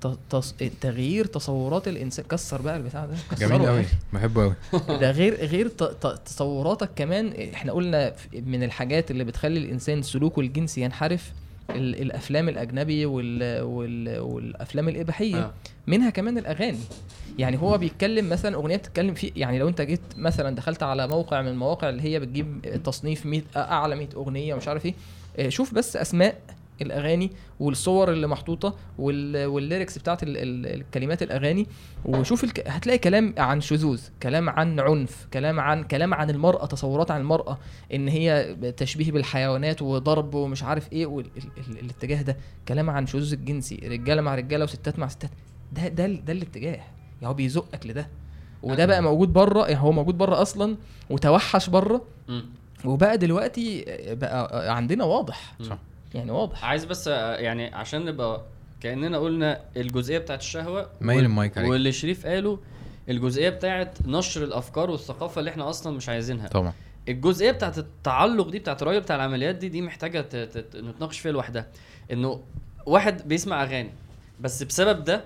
تغيير تصورات الانسان. كسر بقى البتاع ده، جميل قوي، بحبه قوي. ده غير تصوراتك كمان. احنا قلنا من الحاجات اللي بتخلي الانسان سلوكه الجنسي ينحرف الافلام الاجنبي والافلام الاباحيه، منها كمان الاغاني. يعني هو بيتكلم مثلا اغنيه بتتكلم في، يعني لو انت جيت مثلا دخلت على موقع من المواقع اللي هي بتجيب تصنيف 100 اعلى 100 اغنيه ومش عارف ايه، شوف بس اسماء الاغاني والصور اللي محطوطه والليركس بتاعت الكلمات الاغاني، وشوف هتلاقي كلام عن شذوذ، كلام عن عنف، كلام عن المراه، تصورات عن المراه ان هي تشبيه بالحيوانات وضرب ومش عارف ايه، والاتجاه ده كلام عن شذوذ الجنسي، رجاله مع رجاله وستات مع ستات. ده الاتجاه، يعني هو بيزقك لده. وده بقى موجود بره، يعني هو موجود بره اصلا وتوحش بره، وبقى دلوقتي بقى عندنا واضح. صح. يعني واضح. عايز بس يعني عشان نبقى كأننا قلنا الجزئية بتاعت الشهوة واللي شريف قاله الجزئية بتاعت نشر الأفكار والثقافة اللي احنا أصلا مش عايزينها طبعا. الجزئية بتاعت التعلق دي بتاعت الراجل بتاع العمليات دي محتاجة نتناقش فيها لوحدها. إنه واحد بيسمع أغاني بس بسبب ده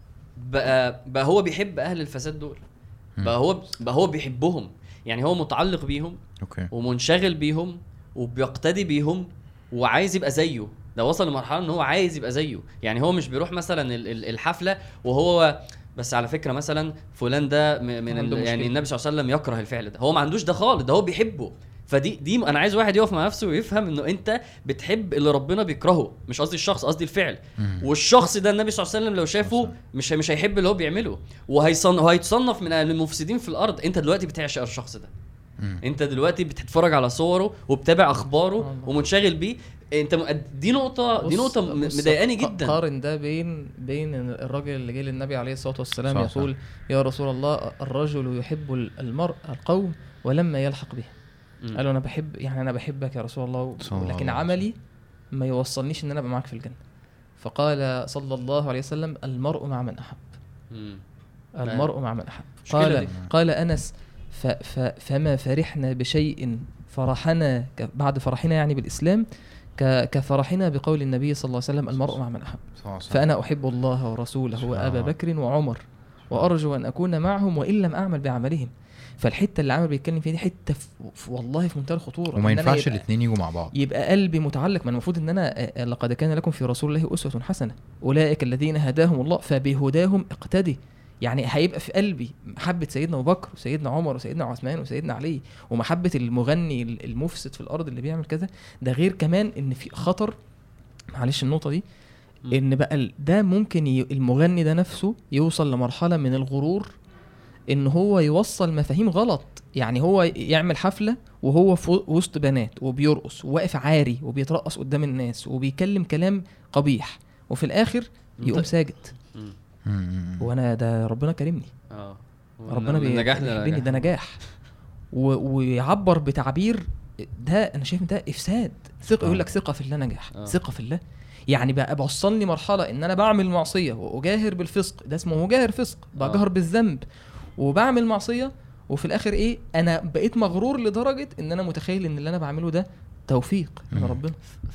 بقى هو بيحب أهل الفساد دول، بقى هو بيحبهم، يعني هو متعلق بيهم ومنشغل بيهم وبيقتدي بيهم وعايز يبقى زيه. ده وصل لمرحله ان هو عايز يبقى زيه. يعني هو مش بيروح مثلا الحفله وهو بس على فكره مثلا فلان ده من يعني النبي صلى الله عليه وسلم يكره الفعل ده، هو ما عندوش ده خالص، ده هو بيحبه. فدي انا عايز واحد يقف مع نفسه ويفهم انه انت بتحب اللي ربنا بيكرهه، مش قصدي الشخص، قصدي الفعل. والشخص ده النبي صلى الله عليه وسلم لو شافه مش هيحب اللي هو بيعمله، وهيتصنف من المفسدين في الارض. انت دلوقتي بتعشق الشخص ده، انت دلوقتي بتتفرج على صوره وبتابع اخباره ومنشغل بيه. انت دي نقطه مضايقاني جدا. قارن ده بين الراجل اللي جه للنبي عليه الصلاه والسلام يقول يا رسول الله الرجل يحب المرء القوم ولما يلحق به. قالوا انا بحبك يا رسول الله، لكن عملي ما يوصلنيش ان انا ابقى معك في الجنه. فقال صلى الله عليه وسلم المرء مع من احب. المرء مع من احب. قال انس فما فرحنا بشيء فرحنا بعد فرحنا يعني بالاسلام كفرحنا بقول النبي صلى الله عليه وسلم المرء مع من احب. فانا احب الله ورسوله وابا بكر وعمر وارجو ان اكون معهم وان لم اعمل بعملهم. فالحته اللي عامل بيتكلم فيها دي حته والله في منتهى الخطوره، وما ينفعش الاثنين يجوا مع بعض. يبقى قلبي متعلق، ما المفروض ان انا لقد كان لكم في رسول الله اسوه حسنه اولئك الذين هداهم الله فبهداهم اقتدي. يعني هيبقى في قلبي محبه سيدنا ابو بكر وسيدنا عمر وسيدنا عثمان وسيدنا علي، ومحبه المغني المفسد في الارض اللي بيعمل كذا. ده غير كمان ان في خطر، معلش النقطه دي، ان بقى ده ممكن المغني ده نفسه يوصل لمرحله من الغرور ان هو يوصل مفاهيم غلط. يعني هو يعمل حفلة وهو في وسط بنات وبيرقص وواقف عاري وبيترقص قدام الناس وبيكلم كلام قبيح، وفي الاخر يقوم ساجد. وانا ده ربنا كرمني، ربنا بيحبني، ده نجاح. ويعبر بتعبير ده انا شايف ده افساد ثقة. يقول لك ثقة في الله نجاح، ثقة في الله. يعني بقى بوصلني مرحلة ان انا بعمل معصية واجاهر بالفسق، ده اسمه مجاهر فسق، بجهر بالذنب وبعمل معصية، وفي الاخر ايه؟ انا بقيت مغرور لدرجة ان انا متخيل ان اللي انا بعمله ده توفيق من ربنا.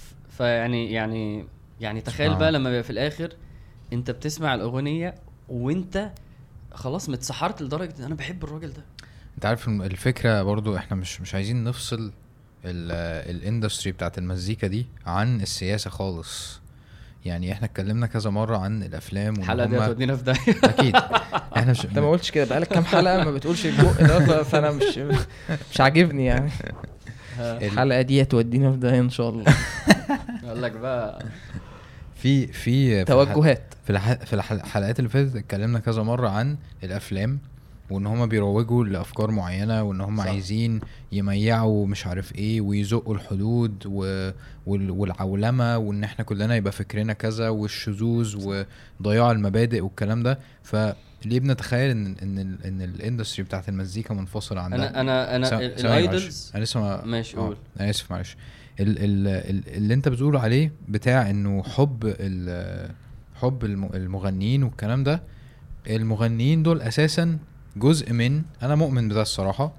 يعني تخيل بقى لما بيبقى في الاخر انت بتسمع الاغنية وانت خلاص متسحرت لدرجة ان انا بحب الراجل ده. انت عارف الفكرة برضو، احنا مش عايزين نفصل الاندستري بتاعت المزيكا دي عن السياسة خالص. يعني احنا اتكلمنا كذا مرة عن الافلام الحلقة دي هتودينا في ده اكيد. احنا انت ما قلتش كده، بقالك كام حلقة ما بتقولش البق ده، فانا مش عاجبني يعني. الحلقة دي هتودينا في ده ان شاء الله. اقول لك بقى في توجهات في الحلقات اللي فاتت اتكلمنا كذا مرة عن الافلام، وان هما بيروجوا لافكار معينه، وان هما عايزين يميعوا مش عارف ايه ويزقوا الحدود والعولمه، وان احنا كلنا يبقى فكرنا كذا، والشذوذ وضياع المبادئ والكلام ده. فليه بنتخيل ان الاندستري بتاعت المزيكا منفصله عن ده؟ انا الايدلز انا لسه ماشي قول. انا اسف معلش. اللي انت بتقول عليه بتاع انه حب المغنيين والكلام ده، المغنيين دول اساسا جزء من، انا مؤمن بده الصراحه،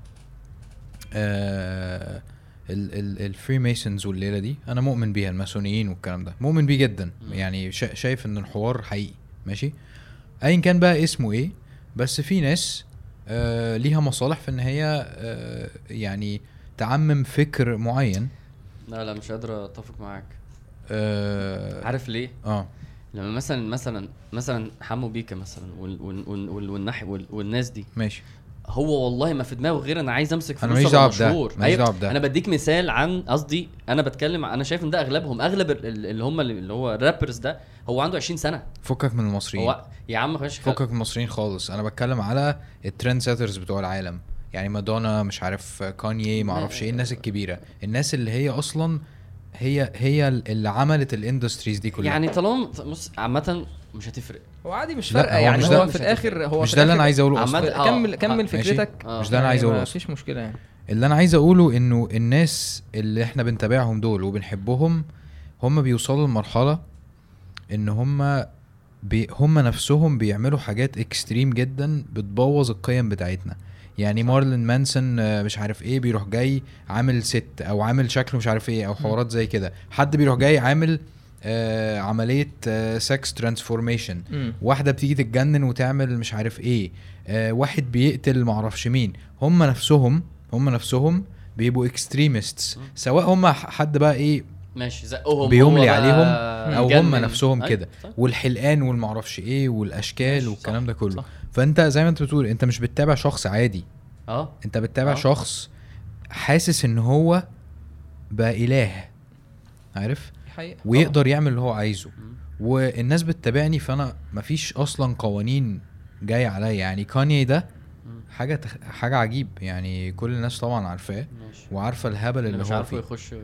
الفري ميسونز والليله دي انا مؤمن بيها، الماسونيين والكلام ده مؤمن بيه جدا. يعني شايف ان الحوار حقيقي ماشي، ايا كان بقى اسمه ايه. بس في ناس ليها مصالح في ان هي يعني تعمم فكر معين. لا مش قادر اتفق معاك. عارف ليه؟ لما مثلا حمو بيكا مثلا والناس دي ماشي، هو والله ما في دماغه غير انا عايز امسك فلوس مشهور. انا بديك مثال عن قصدي، انا بتكلم، انا شايف ان ده اغلب اللي هو الرابرز ده هو عنده 20 سنه. فكك من المصريين هو يا عم فكك من المصريين خالص. انا بتكلم على الترند سيترز بتوع العالم، يعني مادونا، مش عارف كانيي، ما اعرفش ايه، الناس الكبيره، الناس اللي هي اصلا هي اللي عملت الاندستريز دي كلها. يعني طالما عامه مش هتفرق، هو عادي مش فارقه. يعني هو في الاخر هو مش ده اللي انا عايز اقوله اصلا. كمل فكرتك. مش ده انا عايز اقوله، مفيش مشكله. يعني اللي انا عايز اقوله انه الناس اللي احنا بنتابعهم دول وبنحبهم، هم بيوصلوا لمرحله ان هم نفسهم بيعملوا حاجات اكستريم جدا بتبوظ القيم بتاعتنا. يعني مارلين مانسون مش عارف ايه بيروح جاي عامل ست او عامل شكله مش عارف ايه او حوارات زي كده. حد بيروح جاي عامل عملية سكس ترانسفورميشن، واحدة بتيجي تتجنن وتعمل مش عارف ايه، واحد بيقتل معرفش مين. هم نفسهم بيبقوا اكستريميستس، سواء هم حد بقى ايه ماشي زقهم بيملي عليهم او هم نفسهم كده، والحلقان والمعرفش ايه والاشكال والكلام ده كله. فانت زي ما انت بتقول، انت مش بتتابع شخص عادي، انت بتتابع شخص حاسس ان هو بقى اله عارف ويقدر يعمل اللي هو عايزه والناس بتتابعني فانا مفيش اصلا قوانين جاي عليا يعني كاني ده حاجه عجيب يعني كل الناس طبعا عارفاه وعارفه الهبل اللي هو فيه يخش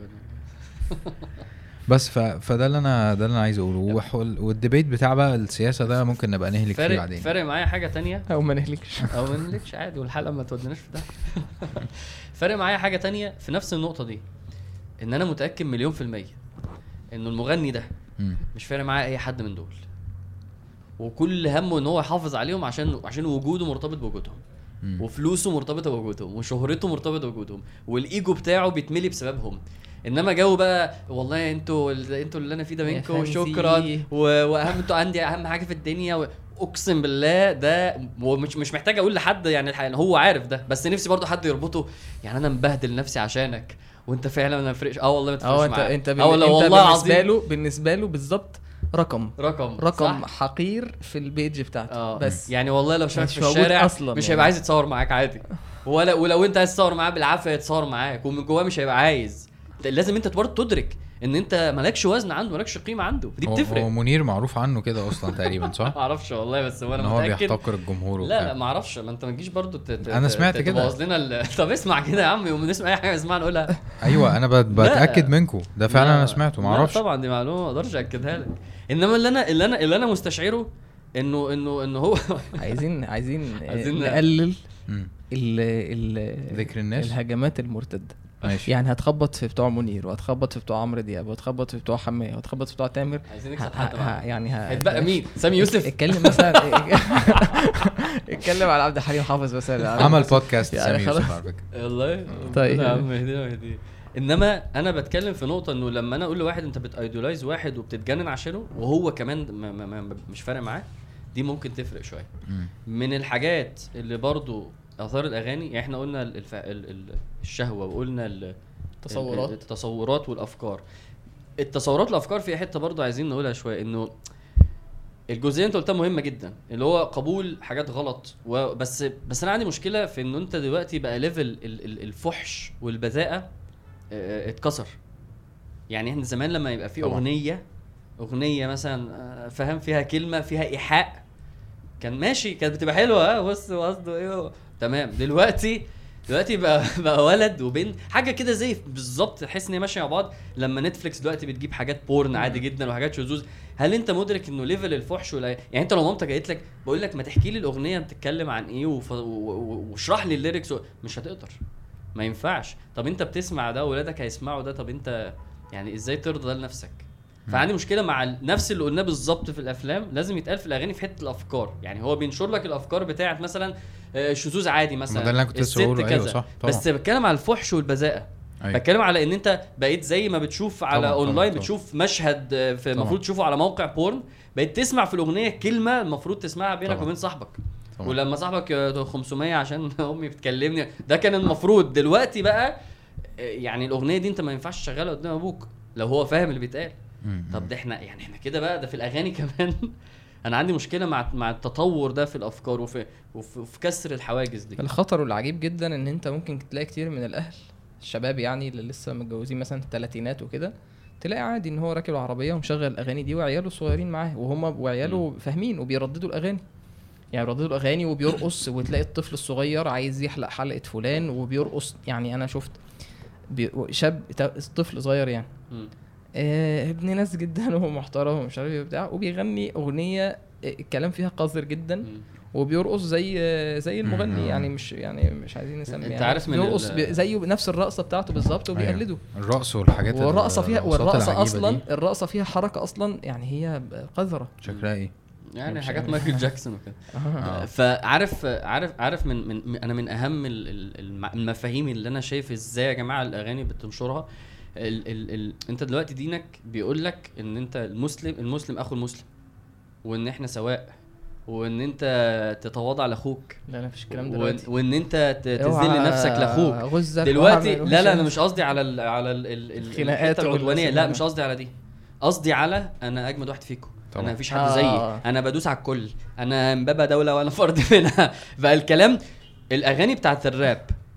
بس فده اللي انا عايز اقوله والديبيت بتاع بقى السياسه ده ممكن نبقى نهلك فيه بعدين فارق معايا حاجه تانية او ما نهلكش عادي والحلقه ما تودناش في ده فارق معايا حاجه تانية في نفس النقطه دي ان انا متاكد 100% انه المغني ده مش فارق معايا اي حد من دول وكل همه ان هو يحافظ عليهم عشان وجوده مرتبط بوجودهم وفلوسه مرتبطه بوجودهم وشهرته مرتبطه بوجودهم والايجو بتاعه بيتملي بسببهم انما جو بقى والله انتوا اللي انا فيه ده منكم وشكرا واهم انتوا عندي اهم حاجه في الدنيا اقسم بالله ده مش محتاج اقول لحد يعني هو عارف ده بس نفسي برضو حد يربطه يعني انا مبهدل نفسي عشانك وانت فعلا ما فرقش والله ما تفرقش معايا انت والله بالنسبه له بالظبط رقم صح؟ حقير في البيج بتاعته بس يعني والله لو شافك في الشارع مش هيبقى عايز يتصور معاك عادي ولو انت عايز تصور معاه بالعافيه يتصور معاك ومن جواه مش هيبقى عايز لازم انت برضه تدرك ان انت مالكش وزن عنده مالكش قيمه عنده دي بتفرق هو منير معروف عنه كده اصلا تقريبا صح ما اعرفش والله بس هو انا متاكد هو بيحتقر الجمهور لا ما اعرفش ما انت ما تجيش برضه انا سمعت كده طب اسمع كده يا عم يوم نسمع اي حاجه اسمع نقولها ايوه انا بتاكد منكم ده فعلا انا سمعته ما اعرفش طبعا دي معلومه ما اقدرش اكدها لك انما اللي انا مستشعره انه هو عايزين نقلل ذكر الناس الهجمات المرتده ماشي. يعني هتخبط في بتوع منير وهتخبط في بتوع عمرو دياب وهتخبط في بتوع حماية وهتخبط في بتوع تامر يعني هيتبقى مين سامي يوسف اتكلم مثلا اتكلم على عبد الحليم حافظ مثلا عمل بودكاست سامي يوسف على فكره والله طيب يا عم اهدي انما انا بتكلم في نقطه انه لما انا اقول لواحد انت بتايدولايز واحد وبتتجنن عشانه وهو كمان مش فارق معاه دي ممكن تفرق شويه من الحاجات اللي برضو اثار الاغاني يعني احنا قلنا الشهوه وقلنا التصورات والافكار الافكار في حته برضو عايزين نقولها شويه انه الجزئيه انت قلتها مهمه جدا اللي هو قبول حاجات غلط بس انا عندي مشكله في انه انت دلوقتي بقى ليفل الفحش والبذاءه اتكسر يعني احنا زمان لما يبقى في اغنيه مثلا فاهم فيها كلمه فيها ايحاء كان ماشي كانت بتبقى حلوه بص قصده ايه تمام دلوقتي بقى ولد وبنت حاجه كده زي بالظبط تحس ان هي ماشيه مع بعض لما نتفليكس دلوقتي بتجيب حاجات بورن عادي جدا وحاجات شذوذ هل انت مدرك انه ليفل الفحش يعني انت لو مامتك قالت لك بقول لك ما تحكي لي الاغنيه بتتكلم عن ايه واشرح لي الليركس مش هتقدر ما ينفعش طب انت بتسمع ده واولادك هيسمعوا ده طب انت يعني ازاي ترضى ده لنفسك فعندي مشكله مع نفس اللي قلناه بالظبط في الافلام لازم يتقال في الاغاني في حته الافكار يعني هو بينشر لك الافكار بتاعه مثلا شذوذ عادي مثلا ده اللي كنت بقوله ايوه صح طبعا. بس بتكلم على الفحش والبذاءه بتكلم على ان انت بقيت زي ما بتشوف على طبعًا اونلاين طبعًا. بتشوف مشهد في المفروض تشوفه على موقع بورن بقيت تسمع في الاغنيه كلمه المفروض تسمعها بينك وبين صاحبك طبعًا. ولما صاحبك 500 عشان امي بتكلمني ده كان المفروض دلوقتي بقى يعني الاغنيه دي انت ما ينفعش تشغلها قدام ابوك لو هو فاهم اللي بيتقال طب ده احنا كده بقى ده في الاغاني كمان انا عندي مشكله مع التطور ده في الافكار وفي كسر الحواجز دي الخطر العجيب جدا ان انت ممكن تلاقي كتير من الاهل الشباب يعني اللي لسه متجوزين مثلا الثلاثينات وكده تلاقي عادي ان هو راكب العربيه ومشغل الاغاني دي وعياله صغيرين معاه وعياله فاهمين وبيرددوا الاغاني يعني بيرددوا الاغاني وبيرقص وتلاقي الطفل الصغير عايز يحلق حلقه فلان وبيرقص يعني انا شفت شاب طفل صغير يعني ابن ناس جدا وهو محترم ومش عارف ايه بتاع وبيغني اغنيه الكلام فيها قذر جدا وبيرقص زي المغني يعني مش عايزين نسميه انت عارف من بيرقص زيه بنفس الرقصه بتاعته بالظبط وبيقلده الرقص والحاجات والرقصه اصلا الرقصه فيها حركه اصلا يعني هي قذره شكلها ايه يعني حاجات مايكل جاكسون وكده فعارف من انا من اهم المفاهيم اللي انا شايف ازاي يا جماعه الاغاني بتنشرها انت دلوقتي دينك بيقول لك ان انت المسلم اخو المسلم وان احنا سواء وان انت تتواضع لاخوك لا مفيش الكلام دلوقتي وان انت تذل نفسك لاخوك دلوقتي لا انا مش قصدي على الخناقات العدوانيه لا مش قصدي على دي قصدي على انا اجمد واحد فيكم انا مفيش حد زيي انا بدوس على الكل انا مبابا دوله وانا فرد منها فالكلام الاغاني بتاعت الراب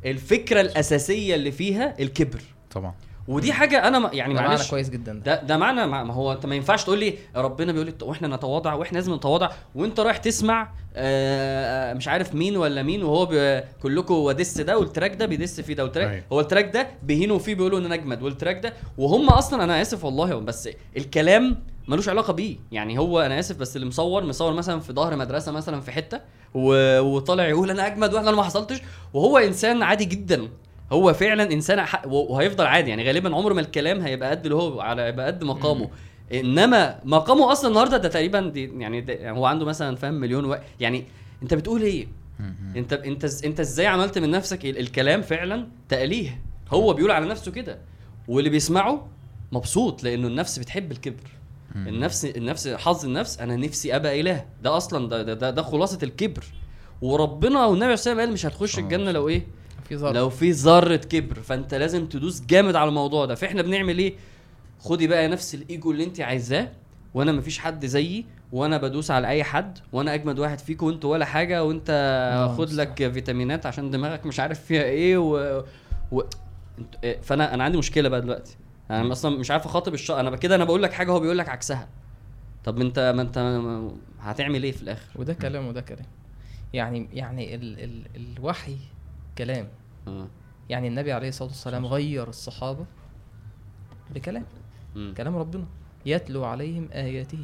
الفكره الاساسيه اللي فيها الكبر طبعا. ودي حاجه انا يعني معنى معلش كويس جدا ده معنى ما هو انت ما ينفعش تقول لي ربنا بيقول لي واحنا نتواضع واحنا لازم نتواضع وانت رايح تسمع مش عارف مين ولا مين وهو كلكم ودس ده والتراك ده بيدس فيه ده والتراك هو التراك ده بيهينوا فيه بيقولوا ان انا اجمد والتراك ده وهم اصلا انا اسف والله بس الكلام ملوش علاقه بيه يعني هو انا اسف بس اللي مصور مثلا في ظهر مدرسه مثلا في حته وطالع يقول انا اجمد وانا ما حصلتش وهو انسان عادي جدا هو فعلا انسان وهيفضل عادي يعني غالبا عمره ما الكلام هيبقى قد اللي هو على يبقى قد مقامه انما مقامه اصلا النهارده ده تقريبا دي يعني هو عنده مثلا فاهم مليون يعني انت بتقول ايه انت ازاي عملت من نفسك الكلام فعلا تأليه هو بيقول على نفسه كده واللي بيسمعه مبسوط لانه النفس بتحب الكبر النفس حظ النفس انا نفسي ابقى اله ده اصلا ده خلاصه الكبر وربنا والنبي صلى الله عليه وسلم قال مش هتخش الجنه لو ايه لو في ذره كبر فانت لازم تدوس جامد على الموضوع ده فاحنا بنعمل ايه خدي بقى نفس الايجو اللي انت عايزاه وانا مفيش حد زيي وانا بدوس على اي حد وانا اجمد واحد فيكم وانتوا ولا حاجه وانت خد لك فيتامينات عشان دماغك مش عارف فيها ايه فانا عندي مشكله بقى دلوقتي انا اصلا مش عارف اخاطب انا كده انا بقول لك حاجه هو بيقول لك عكسها طب ما انت هتعمل ايه في الاخر وده كلام وده كلام يعني الوحي كلام يعني النبي عليه الصلاه والسلام غير الصحابه بكلام كلام ربنا يتلو عليهم آياته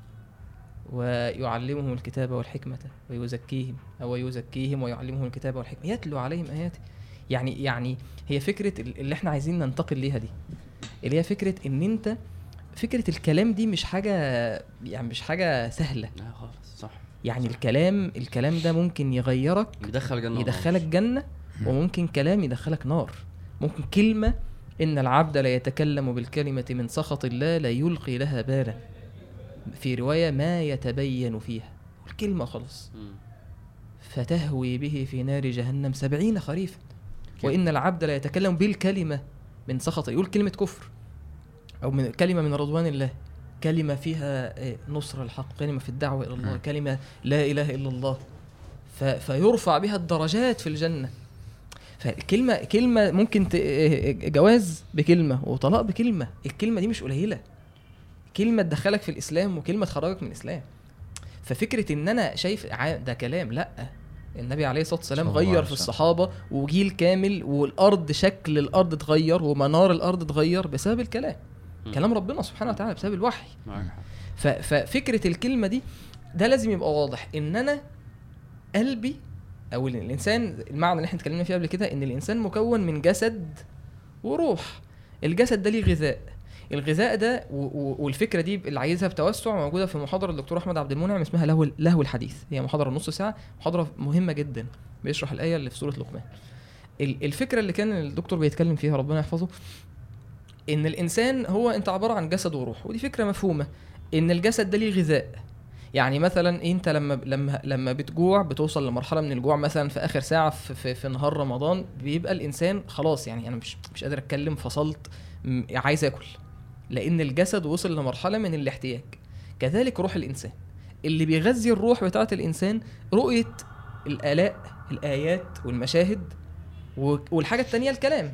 ويعلمهم الكتاب والحكمة ويزكيهم ويعلمهم الكتاب والحكمة يتلو عليهم آياته يعني هي فكرة اللي احنا عايزين ننتقل ليها دي اللي هي فكرة ان انت فكرة الكلام دي مش حاجة يعني مش حاجة سهلة لا خالص صح يعني الكلام ده ممكن يغيرك يدخلك جنة وممكن كلام يدخلك نار ممكن كلمة إن العبد لا يتكلم بالكلمة من سخط الله لا يلقي لها بالا في رواية ما يتبين فيها الكلمة خلص فتهوي به في نار جهنم 70 خريفا وإن العبد لا يتكلم بالكلمة من سخط يقول كلمة كفر أو من كلمة من رضوان الله كلمة فيها نصر الحق كلمة في الدعوة إلى الله كلمة لا إله إلا الله فيرفع بها الدرجات في الجنة فالكلمة ممكن جواز بكلمة وطلاق بكلمة الكلمة دي مش قليلة كلمة تدخلك في الإسلام وكلمة تخرجك من الإسلام ففكرة إن أنا شايف ده كلام لأ النبي عليه الصلاة والسلام غير في الصحابة وجيل كامل والأرض شكل الأرض اتغير ومنار الأرض اتغير بسبب الكلام كلام ربنا سبحانه وتعالى بسبب الوحي ففكرة الكلمة دي ده لازم يبقى واضح إن أنا قلبي او الانسان المعنى اللي احنا اتكلمنا فيه قبل كده ان الانسان مكون من جسد وروح الجسد ده ليه غذاء الغذاء ده والفكره دي اللي عايزها بتوسع موجوده في محاضره الدكتور احمد عبد المنعم اسمها لهو الحديث هي محاضره نص ساعه محاضره مهمه جدا بيشرح الايه اللي في سوره لقمان الفكره اللي كان الدكتور بيتكلم فيها ربنا يحفظه ان الانسان هو انت عباره عن جسد وروح ودي فكره مفهومه ان الجسد ده ليه غذاء يعني مثلا انت لما بتجوع بتوصل لمرحله من الجوع مثلا في اخر ساعه في نهار رمضان بيبقى الانسان خلاص يعني انا مش قادر اتكلم فصلت عايز اكل لان الجسد وصل لمرحله من الاحتياج كذلك روح الانسان اللي بيغذي الروح بتاعه الانسان رؤيه الايات والمشاهد والحاجه الثانيه الكلام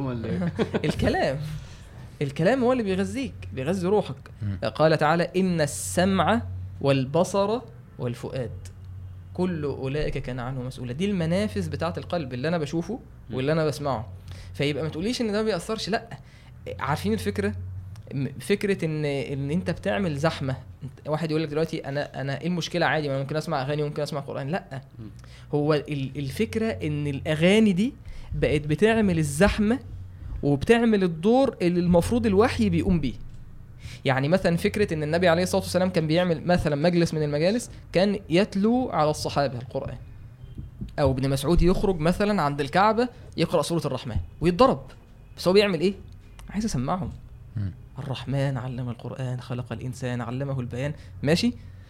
الكلام هو اللي بيغذي روحك قال تعالى ان السمع والبصر والفؤاد كل أولئك كان عنه مسؤولا دي المنافذ بتاعة القلب اللي أنا بشوفه واللي أنا بسمعه فيبقى ما تقوليش إن ده ما بيأثرش لأ عارفين الفكرة فكرة إن أنت بتعمل زحمة واحد يقول لك دلوقتي أنا إيه المشكلة عادي ما ممكن أسمع أغاني وممكن أسمع قرآن لأ هو الفكرة إن الأغاني دي بقت بتعمل الزحمة وبتعمل الدور اللي المفروض الوحي بيقوم بيه يعني مثلا فكرة ان النبي عليه الصلاة والسلام كان بيعمل مثلا مجلس من المجالس كان يتلو على الصحابة القرآن او ابن مسعود يخرج مثلا عند الكعبة يقرأ سورة الرحمن ويتضرب بس هو بيعمل ايه عايز اسمعهم الرحمن علم القرآن خلق الانسان علمه البيان ماشي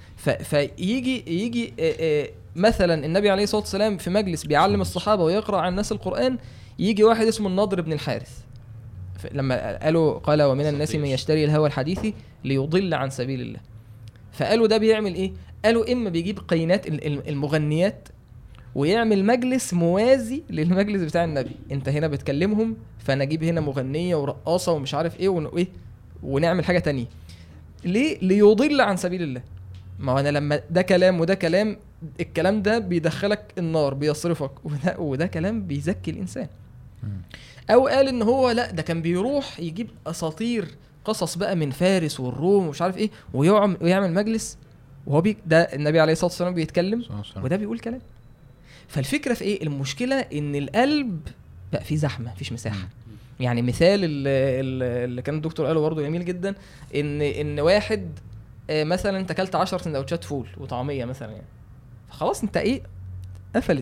فيجي مثلا النبي عليه الصلاة والسلام في مجلس بيعلم الصحابة ويقرأ على الناس القرآن يجي واحد اسمه النضر بن الحارث لما قال ومن الناس من يشتري الهوى الحديث ليضل عن سبيل الله فقالوا ده بيعمل ايه قالوا اما بيجيب قينات المغنيات ويعمل مجلس موازي للمجلس بتاع النبي. انت هنا بتكلمهم، فانا اجيب هنا مغنيه ورقاصه ومش عارف ايه ونعمل حاجه تانية. ليه؟ ليضل عن سبيل الله. ما هو انا لما ده كلام وده كلام، الكلام ده بيدخلك النار بيصرفك، وده كلام بيزكي الانسان. او قال ان هو لا، ده كان بيروح يجيب اساطير قصص بقى من فارس والروم ومش عارف ايه ويعمل مجلس، وهو ده النبي عليه الصلاه والسلام بيتكلم وده بيقول كلام. فالفكره في ايه؟ المشكله ان القلب بقى فيه زحمه، مفيش مساحه. يعني مثال اللي كان الدكتور قاله برضه جميل جدا، ان واحد مثلا انت اكلت 10 سندوتشات فول وطعميه مثلا، يعني خلاص انت ايه، قفلت.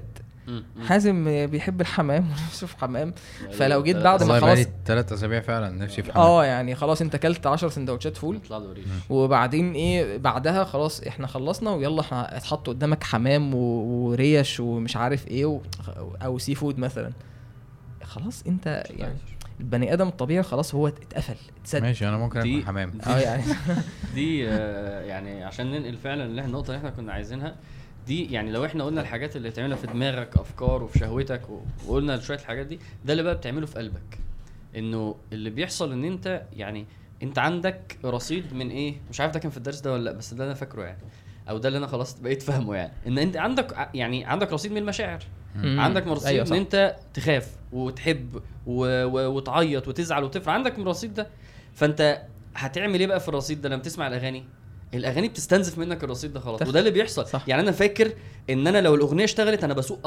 حازم بيحب الحمام ونفسه في حمام، فلو جيت بعد ما خلاص 3 أسابيع فعلا نفسي في حمام. يعني خلاص انت اكلت 10 سندوتشات فول وبعدين ايه بعدها، خلاص احنا خلصنا ويلا احنا اتحط قدامك حمام وريش ومش عارف ايه او سي فود مثلا، خلاص انت يعني البني ادم الطبيعي خلاص هو اتقفل اتسد. ماشي انا ممكن اكل حمام يعني دي يعني عشان ننقل فعلا النقطه اللي احنا كنا عايزينها دي. يعني لو احنا قلنا الحاجات اللي بتعملها في دماغك، افكار وفي شهوتك، وقلنا شويه الحاجات دي، ده اللي بقى بتعمله في قلبك. انه اللي بيحصل ان انت يعني انت عندك رصيد من ايه، مش عارف ده كان في الدرس ده ولا لا، بس ده انا فاكره يعني، او ده اللي انا خلاص بقيت فاهمه، يعني ان انت عندك رصيد من المشاعر. عندك رصيد أيوة ان انت تخاف وتحب وتعيط وتزعل وتفرح، عندك من الرصيد ده. فانت هتعمل ايه بقى في الرصيد ده؟ لما تسمع الاغاني بتستنزف منك الرصيد ده خلاص. وده اللي بيحصل صح. يعني انا فاكر ان انا لو الاغنيه اشتغلت انا بسوق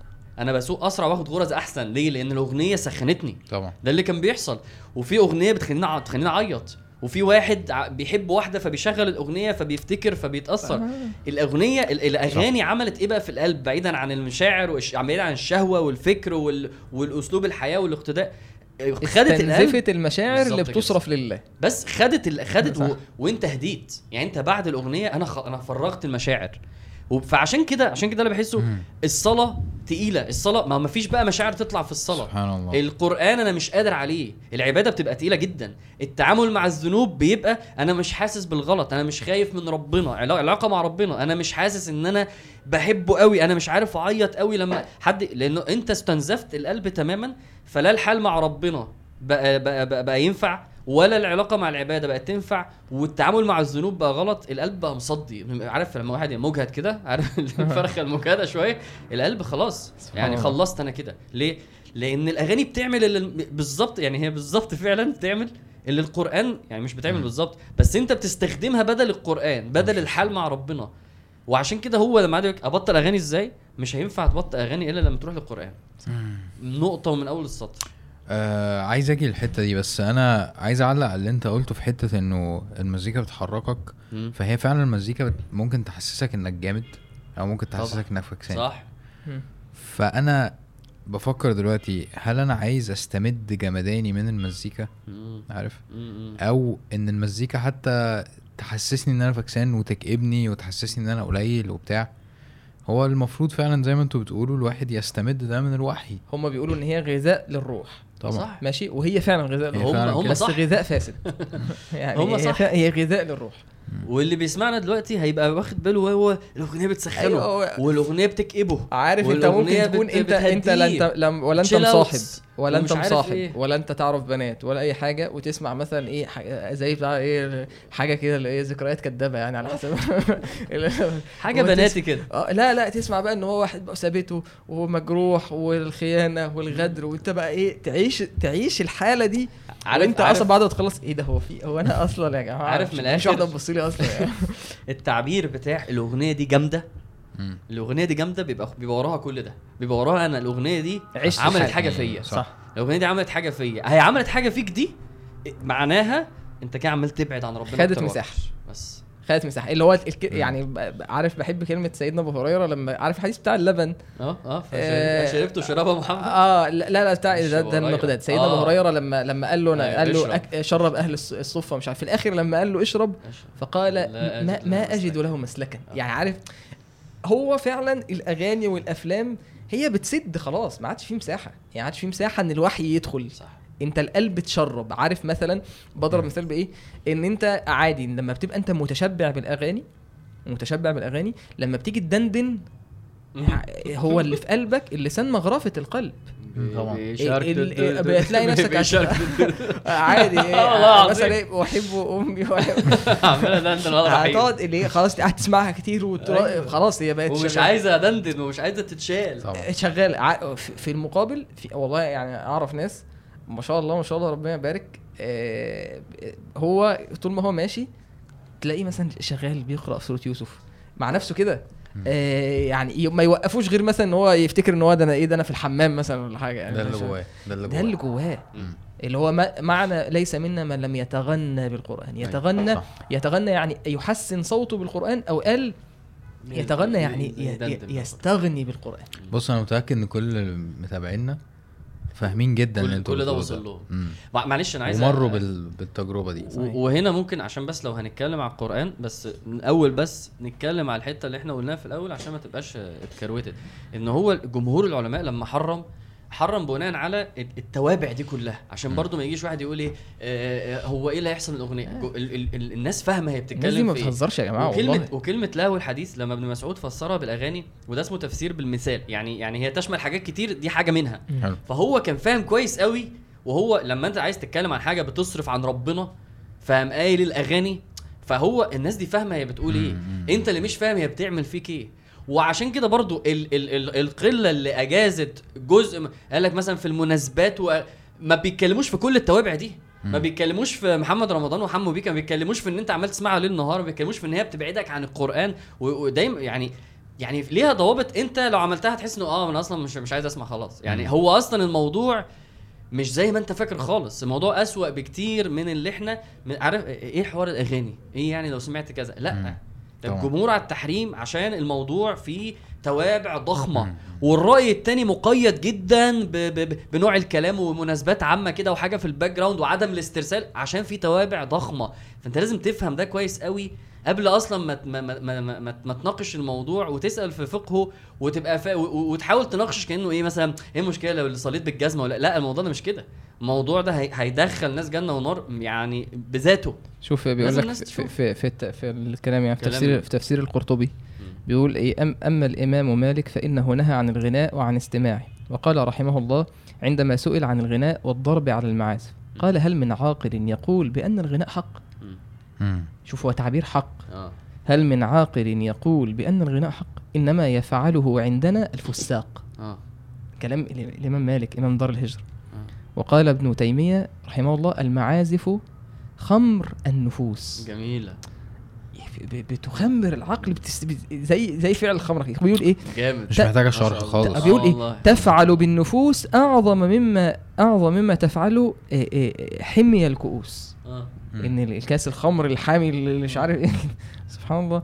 اسرع واخد غرز احسن. ليه؟ لان الاغنيه سخنتني طبعا. ده اللي كان بيحصل. وفي اغنيه بتخليني اعيط، وفي واحد بيحب واحده فبيشغل الاغنيه فبيفتكر فبيتاثر. الاغاني عملت ايه بقى في القلب، بعيدا عن المشاعر بعيدا عن الشهوه والفكر والاسلوب الحياه والاقتداء؟ خدت المشاعر اللي بتصرف لله، بس خدت وانت هديت. يعني انت بعد الاغنيه انا فرغت المشاعر. فعشان كده انا بحسه الصلاه تقيله. الصلاه ما فيش بقى مشاعر تطلع في الصلاه. سبحان الله. القران انا مش قادر عليه. العباده بتبقى تقيله جدا. التعامل مع الذنوب بيبقى انا مش حاسس بالغلط، انا مش خايف من ربنا، علاقه مع ربنا انا مش حاسس ان انا بحبه قوي، انا مش عارف اعيط قوي لما حد، لانه انت استنزفت القلب تماما. فلا الحال مع ربنا بقى ينفع، ولا العلاقه مع العباده بقت تنفع، والتعامل مع الذنوب بقى غلط. القلب بقى مصدي. عارف لما واحد مجهد كده، عارف الفرخه المجهده شويه، القلب خلاص يعني خلصت انا كده. ليه؟ لان الاغاني بتعمل بالظبط، يعني هي بالظبط فعلا بتعمل اللي القران يعني مش بتعمل بالظبط، بس انت بتستخدمها بدل القران، بدل الحال مع ربنا. وعشان كده هو لما قال ابطل اغاني ازاي، مش هينفع تبطل اغاني الا لما تروح للقران. نقطه ومن اول السطر. عايز اجي الحته دي، بس انا عايز اعلق على اللي انت قلته في حته انه المزيكا بتحركك. فهي فعلا المزيكا ممكن تحسسك انك جامد، او ممكن تحسسك انك فكسان. صح. فانا بفكر دلوقتي، هل انا عايز استمد جمداني من المزيكا، عارف، او ان المزيكا حتى تحسسني ان انا فكسان وتكئبني وتحسسني ان انا قليل وبتاع؟ هو المفروض فعلا زي ما انتوا بتقولوا الواحد يستمد ده من الوحي. هم بيقولوا ان هي غذاء للروح طبعا. صح. ماشي، وهي فعلا غذاء للروح، هم بس غذاء فاسد. يعني هم صح. هي غذاء للروح. واللي بيسمعنا دلوقتي هيبقى واخد باله هو الاغنيه بتسخنه. أيوة. والاغنيه بتكئبه. عارف انت ممكن تكون انت ولا انت مصاحب ولا انت مصاحب إيه؟ ولا انت تعرف بنات ولا اي حاجه، وتسمع مثلا ايه زي بتاع ايه حاجه كده اللي هي ذكريات كدابه يعني على حسب حاجه بناتي كده. لا تسمع بقى ان هو واحد بقى سابته وهو مجروح والخيانه والغدر، وانت بقى ايه تعيش الحاله دي. وانت اصلا بعد ما تخلص ايه ده، هو انا اصلا يا جماعه عارف من مش واحده تبص لي اصلا يعني. التعبير بتاع الاغنيه دي جامده، الاغنيه دي جامده بيبقى وراها كل ده، بيبقى وراها انا الاغنيه دي عملت حاجه فيا. صح. الاغنيه دي عملت حاجه فيا، هي عملت حاجه فيك، دي معناها انت كده عمال تبعد عن ربنا. خدت مساحه، بس خدت مساحه اللي هو يعني عارف بحب كلمه سيدنا ابو هريره لما عارف الحديث بتاع اللبن شربته شرابه محمد. لا بتاع ده المقداد. سيدنا ابو هريره لما قال له شرب اهل الصفه مش عارف، في الاخر لما قال له اشرب فقال ما اجد له مسلكا. يعني عارف هو فعلا الاغاني والافلام هي بتسد خلاص، ما عادش فيه مساحه، يعني ما عادش فيه مساحه ان الوحي يدخل. صح. انت القلب تشرب. عارف مثلا بضرب مثال بايه، ان انت عادي لما بتبقى انت متشبع بالاغاني لما بتيجي تدندن هو اللي في قلبك اللسان مغرفة القلب طبعا بتلاقي نفسك عادي مثلا احب امي هتقعد اللي خلاص هتسمعها كتير خلاص هي بقت ومش عايزه ادندن ومش عايزه تتشال شغال في المقابل والله يعني اعرف ناس ما شاء الله ربنا يبارك هو طول ما هو ماشي تلاقيه مثلا شغال بيقرأ سورة يوسف مع نفسه كده يعني ما يوقفوش غير مثلا ان هو يفتكر ان هو ده انا ده انا في الحمام مثلا ولا حاجه يعني ده اللي جواه اللي هو معنى ليس منا من لم يتغنى بالقرآن. يتغنى يعني يحسن صوته بالقرآن او قال يتغنى يعني يستغني بالقرآن. بص انا متاكد ان كل متابعينا فاهمين جدا ان كل ده وصل لهم. معلش انا عايز ومروا بالتجربه دي. وهنا ممكن عشان بس لو هنتكلم على القرآن بس الاول بس نتكلم على الحته اللي احنا قلناها في الاول عشان ما تبقاش اتكروتت ان هو جمهور العلماء لما حرم بناء على التوابع دي كلها عشان برضو ما يجيش واحد يقول ايه هو ايه اللي هيحصل من الاغنيه. الناس فاهمه هي بتتكلم في ايه. ما بتهزرش يا جماعه وكلمه لهو الحديث لما ابن مسعود فسرها بالاغاني وده اسمه تفسير بالمثال يعني هي تشمل حاجات كتير دي حاجه منها. فهو كان فاهم كويس قوي وهو لما انت عايز تتكلم عن حاجه بتصرف عن ربنا فاهم قايل الاغاني فهو الناس دي فاهمه هي بتقول ايه. انت اللي مش فاهم هي بتعمل فيك ايه. وعشان كده برضو القله اللي اجازت جزء قال لك مثلا في المناسبات ما بيتكلموش في كل التوابع دي. ما بيتكلموش في محمد رمضان وحمو بيكا. ما بيتكلموش في ان انت عمال تسمعها ليل نهار. ما بيتكلموش في ان هي بتبعدك عن القرآن ودايما يعني ليها ضوابط. انت لو عملتها هتحس انه انا اصلا مش عايز اسمع خلاص. يعني هو اصلا الموضوع مش زي ما انت فاكر خالص. الموضوع اسوأ بكتير من اللي احنا عارف ايه حوار الاغاني ايه يعني لو سمعت كذا لا الجمهور على التحريم عشان الموضوع فيه توابع ضخمة والرأي التاني مقيد جدا بنوع الكلام ومناسبات عامة كده وحاجة في الباك جراوند وعدم الاسترسال عشان فيه توابع ضخمة. فانت لازم تفهم ده كويس قوي قبل اصلا ما تناقش الموضوع وتسأل في فقهه وتبقى وتحاول تناقش كأنه ايه مثلا ايه المشكلة لو اللي صليت بالجزمة ولا لا. الموضوع ده مش كده. الموضوع ده هيدخل ناس جنة ونار يعني بذاته. شوف بيقول لك في الكلام يعني في تفسير القرطبي بيقول ايه اما الامام مالك فانه نهى عن الغناء وعن استماعه وقال رحمه الله عندما سئل عن الغناء والضرب على المعازف قال هل من عاقل يقول بان الغناء حق. شوف هو تعبير حق. هل من عاقل يقول بان الغناء حق انما يفعله عندنا الفساق. كلام الامام مالك امام دار الهجرة. وقال ابن تيمية رحمه الله المعازف خمر النفوس. جميلة بتخمر العقل زي فعل الخمر. بيقول ايه جامد مش محتاجه شرح خالص. بيقول ايه تفعل بالنفوس اعظم مما تفعله حمي الكؤوس. ان الكاس الخمر الحامي اللي مش عارف ايه سبحان الله.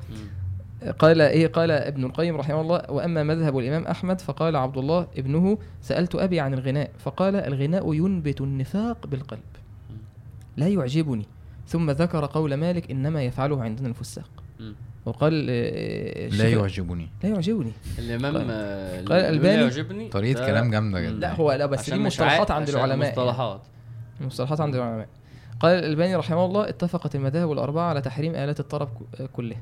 قال ابن القيم رحمه الله واما مذهب الامام احمد فقال عبد الله ابنه سالت ابي عن الغناء فقال الغناء ينبت النفاق بالقلب لا يعجبني. ثم ذكر قول مالك انما يفعله عندنا الفساق. وقال لا يعجبني الامام قال الباني طريقه كلام جامده جدا. لا هو لا بس دي مصطلحات عند العلماء مصطلحات عند العلماء. قال الباني رحمه الله اتفقت المذاهب الاربعه على تحريم آلات الطرب كلها.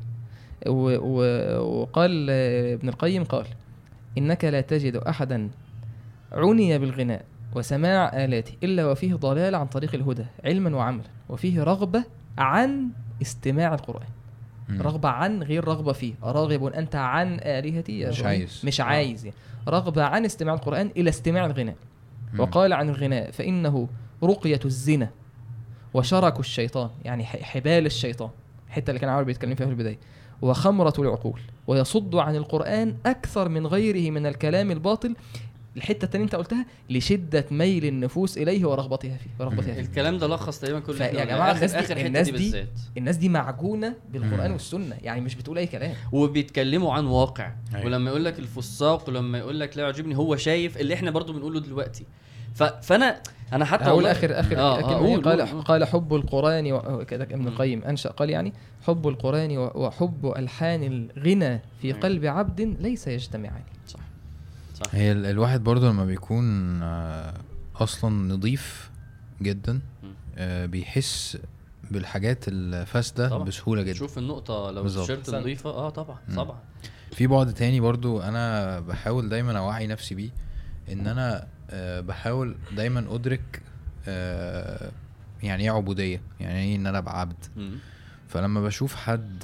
وقال ابن القيم قال إنك لا تجد أحدا عني بالغناء وسماع آلاته إلا وفيه ضلال عن طريق الهدى علما وعملا وفيه رغبة عن استماع القرآن. رغبة عن غير رغبة فيه. راغب أنت عن آلهتي مش عايز يعني. رغبة عن استماع القرآن إلى استماع الغناء. وقال عن الغناء فإنه رقية الزنا وشرك الشيطان يعني حبال الشيطان حتى اللي كان عامل بيتكلم فيها في البداية وخمرة العقول ويصد عن القرآن أكثر من غيره من الكلام الباطل. الحتة التانية انت قلتها لشدة ميل النفوس إليه ورغبتها فيه الكلام ده لخص تقريبا كل يا جماعة الناس دي معجونة بالقرآن والسنة يعني مش بتقول أي كلام وبيتكلموا عن واقع. ولما يقول لك الفساق ولما يقول لك لا يعجبني هو شايف اللي احنا برضو بنقوله دلوقتي. فانا حتى اقول اخر قال حب القرآن وكذا ابن القيم انشأ قال يعني حب القرآن وحب الحان الغنى في قلب عبد ليس يجتمعان. صح هي الواحد برضو لما بيكون اصلا نظيف جدا بيحس بالحاجات الفاسده بسهوله جدا. شوف النقطه لو التيشيرت نظيفه طبعا في بعد تاني برضو انا بحاول دايما اوعي نفسي بيه، ان انا بحاول دايما ادرك يعني ايه عبودية، يعني ايه ان انا ابقى عبد. فلما بشوف حد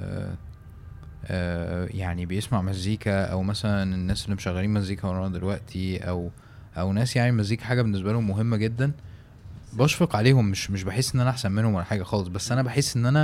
يعني بيسمع مزيكا، او مثلا الناس اللي مشغلين مزيكا ورانا دلوقتي، او ناس يعني مزيكا حاجة بالنسبة لهم مهمة جدا، بشفق عليهم. مش بحس ان انا احسن منهم ولا حاجة خالص، بس انا بحس ان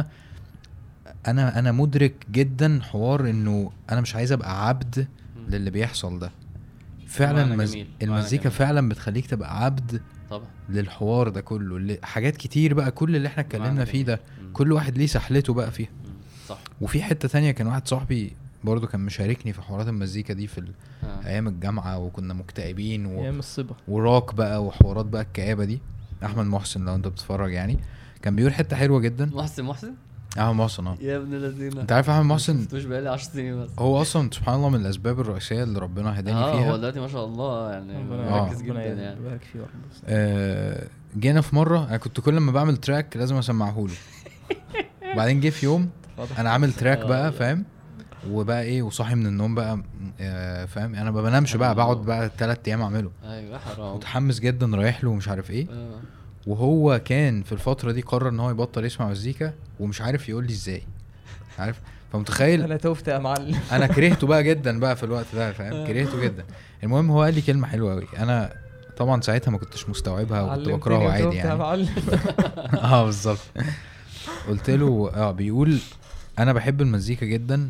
انا مدرك جدا حوار انه انا مش عايز ابقى عبد للي بيحصل ده. فعلا المزيكا فعلا بتخليك تبقى عبد طبعا للحوار ده كله، اللي حاجات كتير بقى، كل اللي احنا اتكلمنا فيه ده كل واحد ليه سحلته بقى فيها. صح. وفي حتة تانية، كان واحد صاحبي برضو كان مشاركني في حوارات المزيكا دي في ايام الجامعة، وكنا مكتئبين ايام الصبا وراك بقى وحوارات بقى الكآبة دي. احمد محسن لو انت بتتفرج يعني، كان بيقول حتة حلوة جدا. محسن احمد محسن يا ابن الذين، انت عارف احمد محسن شفتوش بقالي 10 سنين بس. هو اصلا سبحان الله من الاسباب الرئيسيه اللي ربنا هداني فيها. هو دلوقتي ما شاء الله يعني مركز جدا يعني. بارك فيه ربنا. جينا في مره انا كنت كل ما بعمل تراك لازم اسمعه له وبعدين جه في يوم انا عامل تراك بقى فاهم، وبقى ايه وصاحي من النوم بقى فاهم، انا ما بنامش بقى، بقعد بقى 3 ايام اعمله. ايوه حرام، متحمس جدا رايح له ومش عارف ايه. وهو كان في الفتره دي قرر ان هو يبطل يسمع مزيكا ومش عارف يقول لي ازاي، عارف. فمتخيل انا توفت يا معلم. انا كرهته بقى جدا بقى في الوقت ده فاهم، كرهته جدا. المهم هو قال لي كلمه حلوه قوي، انا طبعا ساعتها ما كنتش مستوعبها وكنت بكرهه عادي يعني. بالظبط. قلت له بيقول انا بحب المزيكا جدا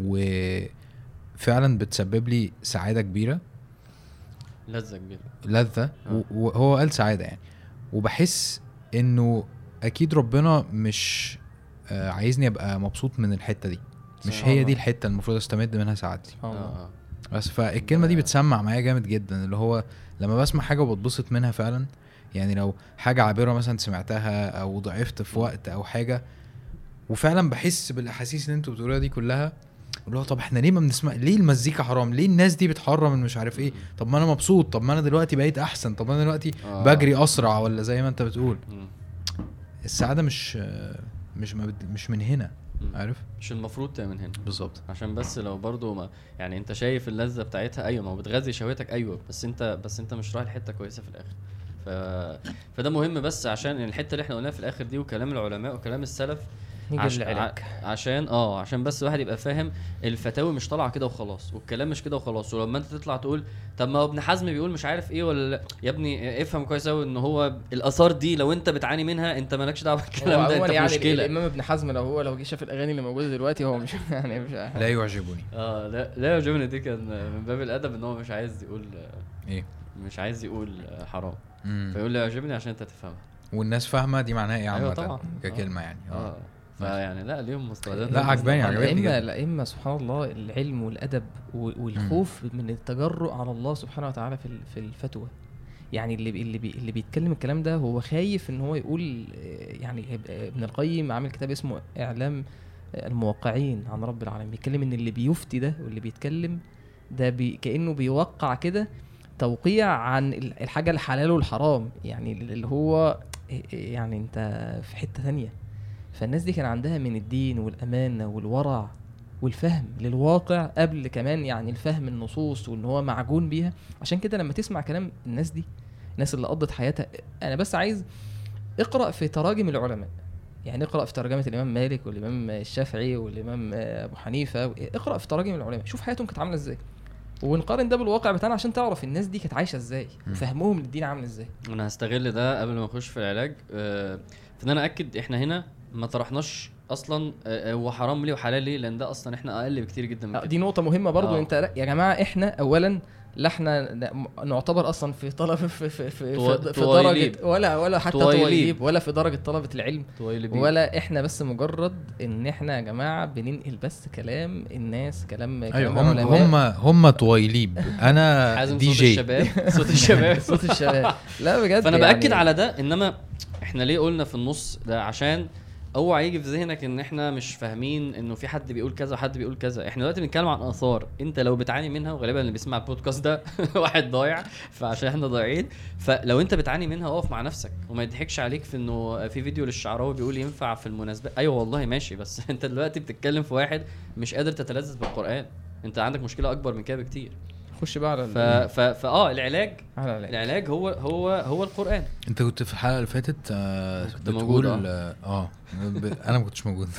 وفعلا بتسبب لي سعاده كبيره، لذه كبيره، لذه. وهو قال سعاده يعني، وبحس انه اكيد ربنا مش عايزني ابقى مبسوط من الحته دي، مش هي دي الحته المفروض استمد منها سعادتي. بس فالكلمه دي بتسمع معايا جامد جدا، اللي هو لما بسمع حاجه وبتبسط منها فعلا، يعني لو حاجه عابره مثلا سمعتها او ضعفت في وقت او حاجه، وفعلا بحس بالاحاسيس اللي انتوا بتقولوها دي كلها، اللي هو طب احنا ليه ما بنسمع، ليه المزيكا حرام، ليه الناس دي بتحرم مش عارف ايه، طب ما انا مبسوط، طب ما انا دلوقتي بقيت احسن، طب انا دلوقتي بجري اسرع، ولا زي ما انت بتقول. السعاده مش من هنا، عارف، مش المفروض تعمل هنا بالظبط. عشان بس لو برضو ما يعني انت شايف اللذه بتاعتها، ايوه ما بتغذي شهوتك، ايوه بس انت مش رايح الحته كويسه في الاخر. فده مهم، بس عشان الحته اللي احنا قلناها في الاخر دي وكلام العلماء وكلام السلف، عشان بس الواحد يبقى فاهم الفتاوي مش طالعه كده وخلاص، والكلام مش كده وخلاص. ولما انت تطلع تقول طب ما ابن حزم بيقول مش عارف ايه ولا يا ابني افهم كويس قوي ان هو الاثار دي لو انت بتعاني منها انت مالكش دعوه بالكلام ده، انت يعني مشكله. الامام ابن حزم لو جه شاف الاغاني اللي موجوده دلوقتي هو مش يعني مش لا يعجبني. لا يعجبني دي كان من باب الادب ان هو مش عايز يقول ايه، مش عايز يقول حرام، فيقول لا يعجبني عشان انت تفهمها والناس فاهمه دي معناها ايه عامه. طبعا ككلمه يعني فيعني لا ليهم مستويات. لا عجباني لا اما سبحان الله العلم والادب والخوف من التجرؤ على الله سبحانه وتعالى في الفتوى. يعني اللي بيتكلم الكلام ده هو خايف ان هو يقول، يعني ابن القيم عامل كتاب اسمه اعلام الموقعين عن رب العالمين، بيتكلم ان اللي بيفتي ده واللي بيتكلم ده كأنه بيوقع كده توقيع عن الحاجة الحلال والحرام، يعني اللي هو يعني انت في حتة ثانية. فالناس دي كان عندها من الدين والأمانة والورع والفهم للواقع قبل كمان يعني الفهم النصوص وان هو معجون بيها. عشان كده لما تسمع كلام الناس دي، الناس اللي قضت حياتها، انا بس عايز اقرأ في تراجم العلماء، يعني اقرأ في ترجمة الإمام مالك والإمام الشافعي والإمام أبو حنيفة، اقرأ في تراجم العلماء، شوف حياتهم كانت عاملة ازاي، ونقارن ده بالواقع بتاعنا عشان تعرف الناس دي كانت عايشة ازاي وفهمهم للدين عامل ازاي. انا هستغل ده قبل ما اخش في العلاج، فان انا اكد احنا هنا ما طرحناش اصلا هو حرام ليه وحلال ليه، لان ده اصلا احنا اقل بكتير جدا من كده. دي نقطة مهمة برضو. انت يا جماعة احنا اولا لا احنا نعتبر اصلا في طلب في درجة ولا حتى طويليب ولا في درجة طلبة العلم ولا احنا، بس مجرد ان احنا يا جماعة بننقل بس كلام الناس، كلام هم طويليب، انا دي جي صوت الشباب صوت الشباب. لا بجد، فانا باكد على ده. انما احنا ليه قلنا في النص ده؟ عشان اوعى يجي في ذهنك ان احنا مش فاهمين انه في حد بيقول كذا وحد بيقول كذا. احنا دلوقتي بنتكلم عن اثار انت لو بتعاني منها، وغالبا اللي بيسمع البودكاست ده واحد ضايع، فعشان احنا ضايعين. فلو انت بتعاني منها اقف مع نفسك وما يضحكش عليك في انه في فيديو للشعراوي بيقول ينفع في المناسبات. ايوه والله ماشي، بس انت دلوقتي بتتكلم في واحد مش قادر تتلذذ بالقرآن، انت عندك مشكله اكبر من كده بكتير. خش بقى على العلاج هو القرآن. انت كنت في الحلقه اللي فاتت كنت موجود انا ما كنتش موجود.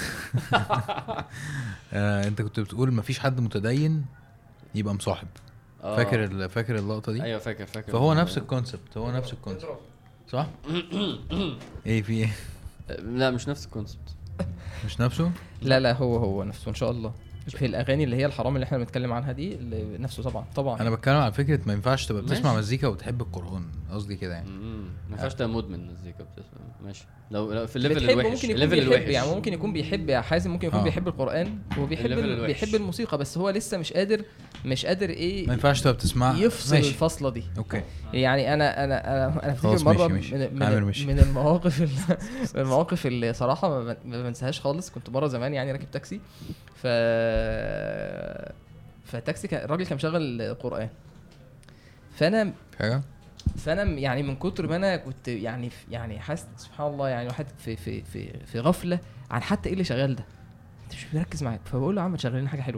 انت كنت بتقول مفيش حد متدين يبقى مصاحب. فاكر اللقطه دي؟ ايوه فاكر. فهو نفس الكونسبت صح. ايه في ايه؟ لا مش نفس الكونسبت. مش نفسه. لا هو نفسه ان شاء الله. في الاغاني اللي هي الحرام اللي احنا بنتكلم عنها دي اللي نفسه طبعا انا بتكلم على فكره ما ينفعش تبقى بتسمع مزيكا وتحب القرآن، قصدي كده يعني. ما ينفعش تبقى مدمن مزيكا بتسمع. ماشي لو في الليفل الوحش، الليفل الوحش يعني ممكن يكون بيحب يا حازم، ممكن يكون بيحب القرآن وبيحب الموسيقى، بس هو لسه مش قادر ايه ما ينفعش تبقى بتسمع يفصل الفصله دي. اوكي يعني انا افتكر مره من المواقف اللي صراحه ما بنساهاش خالص. كنت مره زمان يعني راكب تاكسي فالتاكسي الراجل كان مشغل قرآن، فانا يعني من كتر ما انا كنت يعني حاسس سبحان الله يعني واحد في غفله عن حتى ايه اللي شغال ده، انت مش مركز معاك. فبقول له يا عم تشغل لنا حاجه حلوه.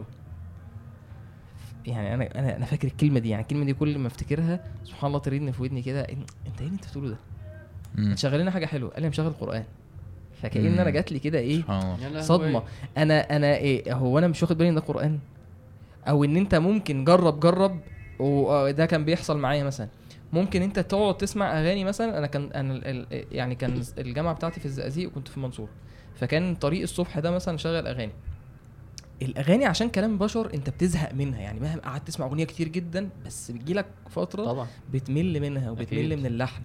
يعني انا فاكر الكلمه دي، يعني الكلمه دي كل ما افتكرها سبحان الله تريدني في ودني كده، انت ايه اللي انت بتقوله ده؟ تشغل لنا حاجه حلوه. قال لي مشغل القرآن. فكأن انا جات لي كده ايه صدمه. انا ايه هو انا مش واخد بالي ان ده قرآن، او ان انت ممكن جرب وده كان بيحصل معايا. مثلا ممكن انت تقعد تسمع اغاني. مثلا انا كان الجامعه بتاعتي في الزقازيق وكنت في المنصوره، فكان طريق الصبح ده مثلا شغل الاغاني عشان كلام بشر انت بتزهق منها. يعني مهما قعدت تسمع اغنيه كتير جدا بس بتجيلك فتره طبعا بتمل منها وبتمل من اللحن.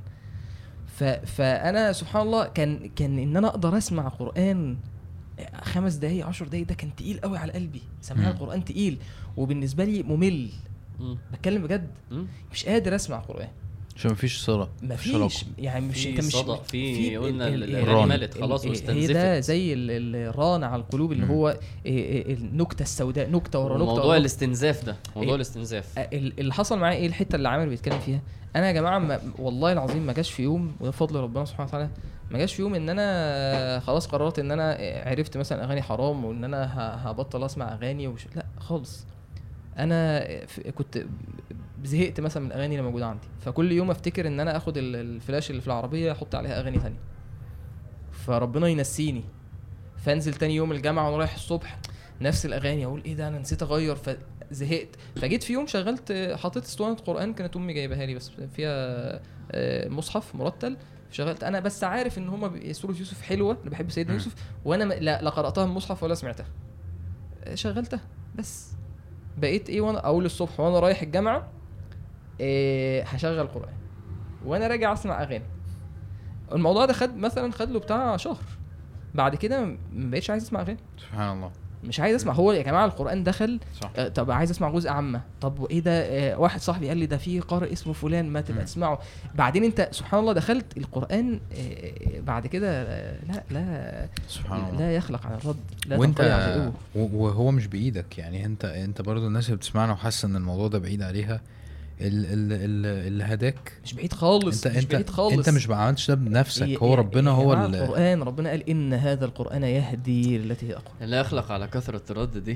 فانا سبحان الله كان ان انا اقدر اسمع قرآن 5 دقايق 10 دقايق ده كان تقيل قوي على قلبي. سماع القرآن تقيل وبالنسبه لي ممل. بتكلم بجد مش قادر اسمع قرآن عشان مفيش صلاة، مفيش يعني مش انت مش في قلنا الران خلاص واستنزفت. ده زي الران على القلوب اللي هو النكته السوداء، نكته ورا نكته. موضوع الاستنزاف ده موضوع الاستنزاف اللي حصل معايا ايه الحته اللي عامر بيتكلم فيها. انا يا جماعه والله العظيم ما جاش في يوم، وده فضل ربنا سبحانه وتعالى، ما جاش في يوم ان انا خلاص قررت ان انا عرفت مثلا اغاني حرام وان انا هبطل اسمع اغاني لا خالص. انا كنت زهقت مثلا من الاغاني اللي موجوده عندي، فكل يوم افتكر ان انا اخد الفلاش اللي في العربيه احط عليها اغاني ثانيه فربنا ينسيني. فانزل تاني يوم الجامعه وانا رايح الصبح نفس الاغاني، اقول ايه ده انا نسيت اغير فزهقت. فجيت في يوم شغلت حطيت اسطوانه قرآن كانت امي جايبها لي بس فيها مصحف مرتل. شغلت انا بس عارف ان هما سوره يوسف حلوه، انا بحب سيدنا يوسف، وانا لا قراتها من المصحف ولا سمعتها. شغلتها بس بقيت ايه وانا اول الصبح وانا رايح الجامعه هشغل قرآن وانا راجع اسمع اغاني. الموضوع ده خد له بتاع شهر. بعد كده ما بقيتش عايز اسمع اغاني. سبحان الله مش عايز اسمع. هو يا جماعه القرآن دخل طب عايز اسمع جزء عامه. طب ايه ده واحد صاحبي قال لي ده في قارئ اسمه فلان ما تبقى تسمعه. بعدين انت سبحان الله دخلت القرآن بعد كده لا سبحان الله لا يخلق عن الرد. لا وانت وهو مش بايدك. يعني انت برضو الناس اللي بتسمعنا وحاسه ان الموضوع ده بعيد عليها، اللي هداك مش بعيد خالص. انت مش عملتش ده بنفسك. هو ربنا هو القرآن. ربنا قال ان هذا القرآن يهدي التي هي اقوم. لا يخلق على كثرة الرد دي.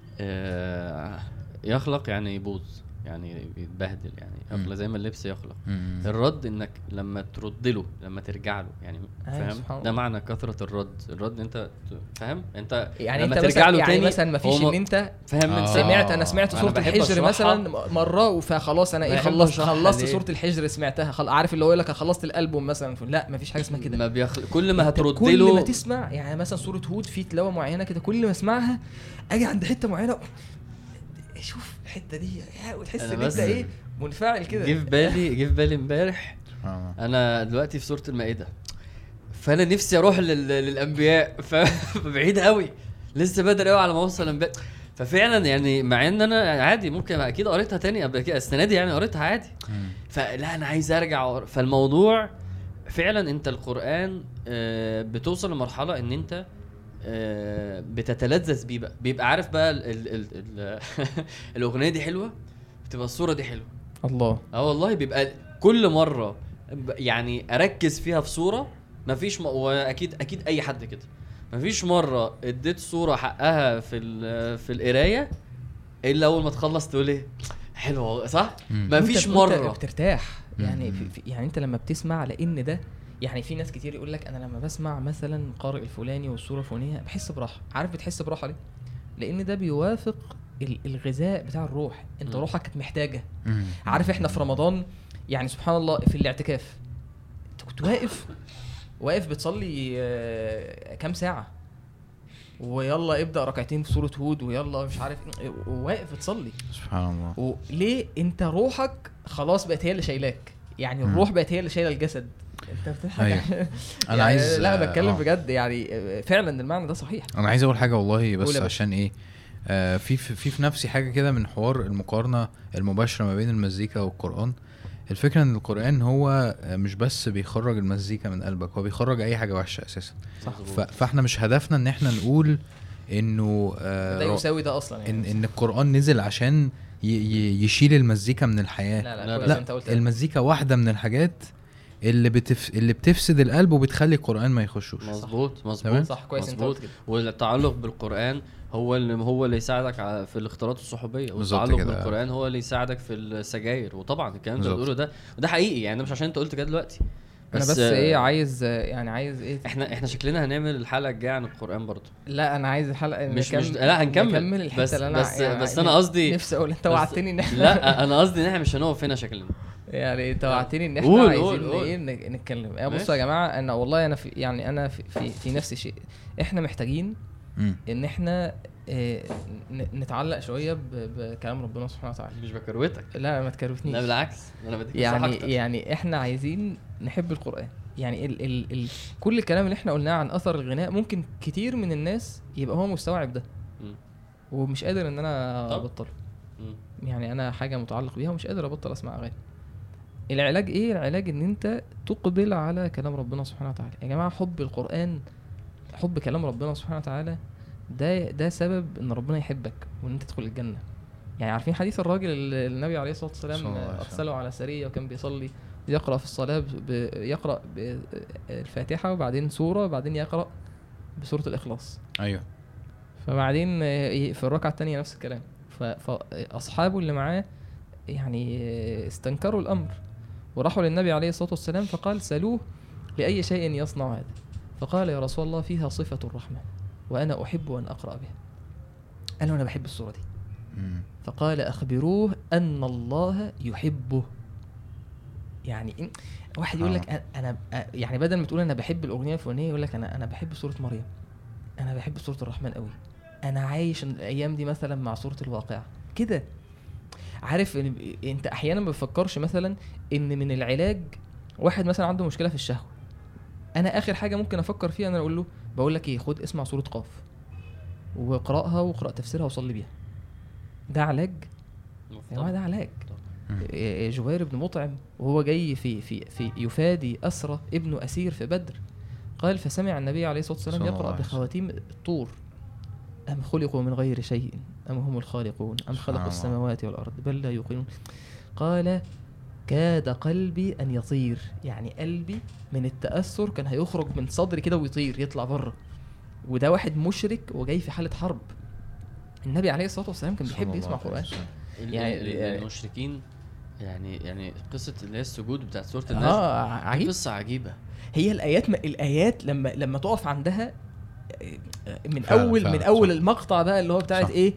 يخلق يعني يبوظ، يعني يتبهدل، يعني يخلق زي ما اللبس يخلق. الرد انك لما ترد له، لما ترجع له، يعني فاهم ده معنى كثرة الرد انت فاهم انت يعني لما انت ترجع له يعني تاني مثلا ما فيش ان انت فاهم من انا سمعت سورة الحجر مثلا مرة فخلاص انا خلصت سورة الحجر سمعتها عارف اللي هو يقول لك خلصت الالبوم مثلا. لا ما فيش حاجه اسمها كده. كل ما هترد له كل ما تسمع يعني مثلا سورة هود في تلاوة معينة كده كل ما اسمعها اجي عند حتة معينة شوف الحته دي وتحس ان انت ايه منفعل كده. جه في بالي امبارح انا دلوقتي في سوره المائده، فانا نفسي اروح للانبياء فبعيد قوي لسه بدري قوي على ما اوصل الانبياء. ففعلا يعني مع ان انا عادي ممكن اكيد قريتها تاني قبل كده السنه دي، يعني قريتها عادي. فلا انا عايز ارجع. فالموضوع فعلا انت القرآن بتوصل لمرحله ان انت بتتلذذ بيه بقى. بيبقى عارف بقى الاغنيه دي حلوه، بتبقى الصوره دي حلوه. الله والله بيبقى كل مره يعني اركز فيها في صوره. مفيش واكيد اي حد كده مفيش مره اديت صوره حقها في القرايه الا اول ما تخلص تقول ايه حلو صح. ما فيش مره بترتاح يعني يعني انت لما بتسمع لان ده يعني في ناس كتير يقول لك انا لما بسمع مثلا قارئ الفلاني والسوره الفلانيه بحس براحه. عارف بتحس براحه ليه؟ لان ده بيوافق الغذاء بتاع الروح. انت روحك كانت محتاجه. عارف احنا في رمضان يعني سبحان الله في الاعتكاف انت كنت واقف بتصلي كام ساعه ويلا ابدا ركعتين في سوره هود ويلا مش عارف واقف بتصلي سبحان الله. وليه؟ انت روحك خلاص بقت هي اللي شايلاك. يعني الروح بقت هي اللي شايله الجسد. انت بتضحك. أيوه. انا يعني عايز لا بتكلم بجد يعني فعلا المعنى ده صحيح. انا عايز اقول حاجه والله بس عشان ايه في نفسي حاجه كده من حوار المقارنه المباشره ما بين المزيكا والقرآن. الفكره ان القرآن هو مش بس بيخرج المزيكا من قلبك، هو بيخرج اي حاجه وحشه اساسا. صح. فاحنا مش هدفنا ان احنا نقول انه ده يساوي ده اصلا يعني. ان القرآن نزل عشان يشيل المزيكا من الحياه. لا انت قلت المزيكا واحده من الحاجات اللي بتفسد القلب وبتخلي القرآن ما يخشوش. مظبوط صح كويس انت قلت كده. والتعلق بالقرآن هو اللي يساعدك في الاختلاط الصحوبيه، والتعلق بالقرآن هو اللي يساعدك في السجاير. وطبعا الكلام ده بتقوله ده حقيقي يعني، مش عشان انت قلت كده دلوقتي انا بس ايه عايز ايه احنا شكلنا هنعمل الحلقه الجايه عن القرآن برضو. لا انا عايز الحلقه مش لا هنكمل الحته اللي انا بس انا قصدي نفسي اقول انت وعدتني ان احنا لا انا قصدي ان احنا مش هنقف هنا شكلنا يعني انت وعدتني ان احنا عايزين ايه نتكلم. بصوا يا جماعه انا والله انا في نفس الشيء. احنا محتاجين ان احنا نتعلق شويه بكلام ربنا سبحانه وتعالى. مش بكروتك، لا ما تكروتنيش، لا بالعكس انا بديك يعني احنا عايزين نحب القرآن. يعني كل الكلام اللي احنا قلناه عن اثر الغناء ممكن كتير من الناس يبقى هو مستوعب ده ومش قادر ان انا ابطله. يعني انا حاجه متعلق بيها ومش قادر ابطل اسمع اغاني. العلاج ايه؟ العلاج ان انت تقبل على كلام ربنا سبحانه وتعالى. يا جماعه حب القرآن، حب كلام ربنا سبحانه وتعالى ده سبب ان ربنا يحبك وان انت تدخل الجنه. يعني عارفين حديث الراجل اللي النبي عليه الصلاه والسلام ارسله على سريه وكان بيصلي يقرأ في الصلاه يقرأ بالفاتحه وبعدين سوره وبعدين يقرأ بسوره الاخلاص. ايوه. فبعدين في الركعه الثانيه نفس الكلام. فاصحابه اللي معاه يعني استنكروا الامر وراحوا للنبي عليه الصلاه والسلام فقال سألوه لأي شيء يصنع هذا؟ فقال يا رسول الله فيها صفة الرحمن وأنا أحب أن أقرأ بها. قالوا أنا بحب السورة دي. فقال أخبروه أن الله يحبه. يعني واحد يقول لك أنا يعني بدل ما تقول أنا بحب الأغنية الفلانية يقول لك أنا بحب سورة مريم، أنا بحب سورة الرحمن قوي، أنا عايش الأيام دي مثلا مع سورة الواقعة كده. عارف أنت أحيانا ما بفكرش مثلا إن من العلاج واحد مثلا عنده مشكلة في الشهوة، أنا آخر حاجة ممكن أفكر فيها أنا أقول له بقول لك إيه، خد اسمع سورة قاف وقرأها وقرأ تفسيرها وصلي بيها. ده علاج يا جماعة، ده علاج. جبير بن مطعم وهو جاي في يفادي أسرى ابن أسير في بدر قال فسمع النبي عليه الصلاة والسلام يقرأ بخواتيم الطور أم خلقوا من غير شيء أم هم الخالقون أم خلقوا السماوات والأرض بل لا يوقنون. قال كاد قلبي أن يطير، يعني قلبي من التأثر كان هيخرج من صدري كده ويطير يطلع بره. وده واحد مشرك وجاي في حالة حرب. النبي عليه الصلاة والسلام كان بيحب يسمع قرآن. يعني المشركين يعني قصة اللي هي السجود بتاعت سورة النجم عجيب. قصة عجيبة. هي الآيات لما تقف عندها من أول المقطع بقى اللي هو بتاعت إيه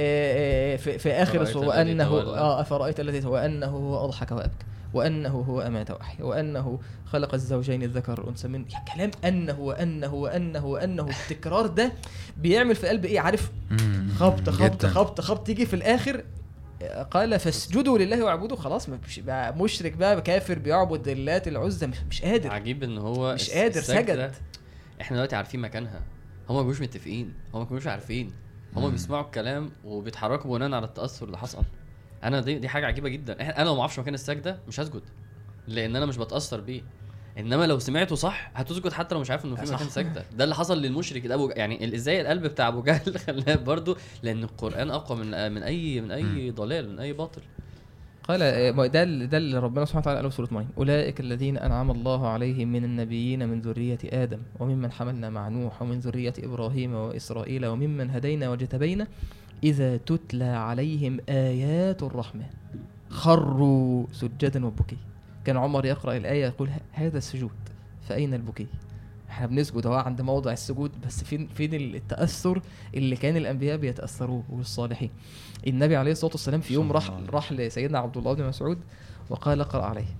في آخر السورة وأنه أفرأيت الذي وأنه هو أضحك وأبكى وأنه هو أمات وأحيا وأنه خلق الزوجين الذكر والأنثى من كلام أنه وأنه وأنه وأنه. التكرار ده بيعمل في قلب إيه عارف خبط خبط خبط خبط تيجي في الآخر قال فاسجدوا لله واعبدوا. خلاص مش بقى مشرك بقى كافر بيعبد اللات العزى مش قادر. عجيب ان هو مش قادر سجد. احنا دلوقتي عارفين مكانها، هم ما كانوش متفقين، هم ما كانوش عارفين، هم بيسمعوا الكلام وبيتحركوا بناء على التأثر اللي حصل. انا دي حاجه عجيبه جدا. انا لو ما اعرفش مكان السجده مش هسجد لان انا مش بتأثر بيه. انما لو سمعته صح هتسجد حتى لو مش عارف انه في مكان سجده. ده اللي حصل للمشرك ده يعني ازاي القلب بتاع ابو جهل خلاه برضو، لان القرآن اقوى من اي ضلال من اي باطل. قال ده اللي ربنا سبحانه وتعالى قاله في سورة مريم اولئك الذين انعم الله عليهم من النبيين من ذرية آدم وممن حملنا مع نوح ومن ذرية ابراهيم واسرائيل وممن هدينا واجتبينا إذا تتلى عليهم آيات الرحمن خروا سجدا وبكي. كان عمر يقرأ الآية يقول هذا السجود فأين البكي؟ احنا بنسجد اهو عند موضع السجود، بس فين التأثر اللي كان الأنبياء بيتأثروه والصالحين. النبي عليه الصلاة والسلام في يوم راح لسيدنا عبد الله بن مسعود وقال اقرأ عليه،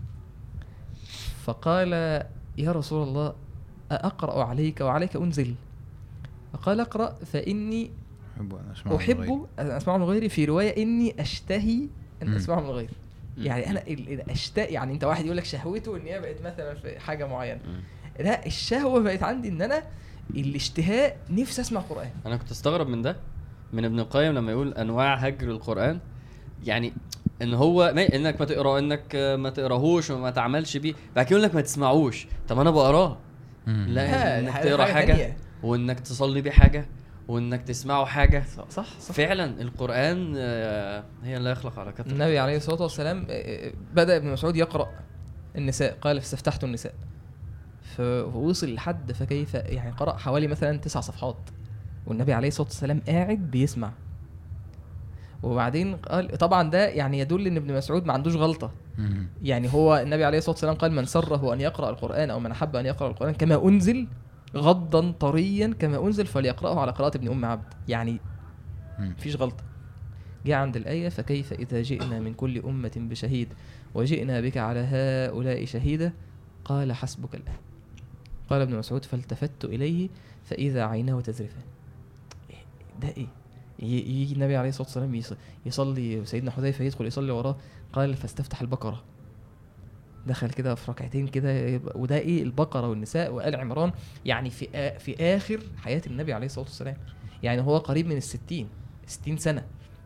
فقال يا رسول الله أقرأ عليك وعليك أنزل؟ فقال اقرأ فإني أحب أن أسمع من غيري، في رواية إني أشتهي أن أسمع من غيري. يعني أنا أشتهي، يعني أنت واحد يقول لك شهوته إن هي بقت مثلا في حاجة معينة، لا الشهوة بقت عندي إن أنا الاشتهاء نفسي أسمع قرآن. أنا كنت استغرب من ده من ابن القيم لما يقول أنواع هجر القرآن، يعني ان هو انك ما تقرا، انك ما تقراهوش وما تعملش بيه، بعد كده يقول لك ما تسمعوش. طب انا بقراه، لا انك تقرا حاجه وانك تصلي بيه حاجه وانك تسمعه حاجه. صح. فعلا القرآن هي لا يخلق على كثرة. النبي عليه الصلاة والسلام بدأ ابن مسعود يقرأ النساء، قال فاستفتحت النساء، فوصل لحد فكيف، يعني قرأ حوالي مثلا 9 صفحات والنبي عليه الصلاة والسلام قاعد بيسمع. وبعدين قال طبعا ده يعني يدل ان ابن مسعود ما عندوش غلطة. يعني هو النبي عليه الصلاة والسلام قال من سره أن يقرأ القرآن أو من أحب أن يقرأ القرآن كما أنزل غضا طريا كما أنزل فليقرأه على قراءة ابن أم عبد، يعني فيش غلطة. جاء عند الآية فكيف إذا جئنا من كل أمة بشهيد وجئنا بك على هؤلاء شهيدا قال حسبك الآن. قال ابن مسعود فالتفت إليه فإذا عيناه تذرفان. ده إيه؟ يجي النبي عليه الصلاة والسلام يصلي وسيدنا حذيفة يدخل يصلي وراه، قال فاستفتح البقرة، دخل كده في ركعتين كده. وده ايه؟ البقرة والنساء وآل عمران، يعني في آخر حياة النبي عليه الصلاة والسلام، يعني هو قريب من 60 سنة.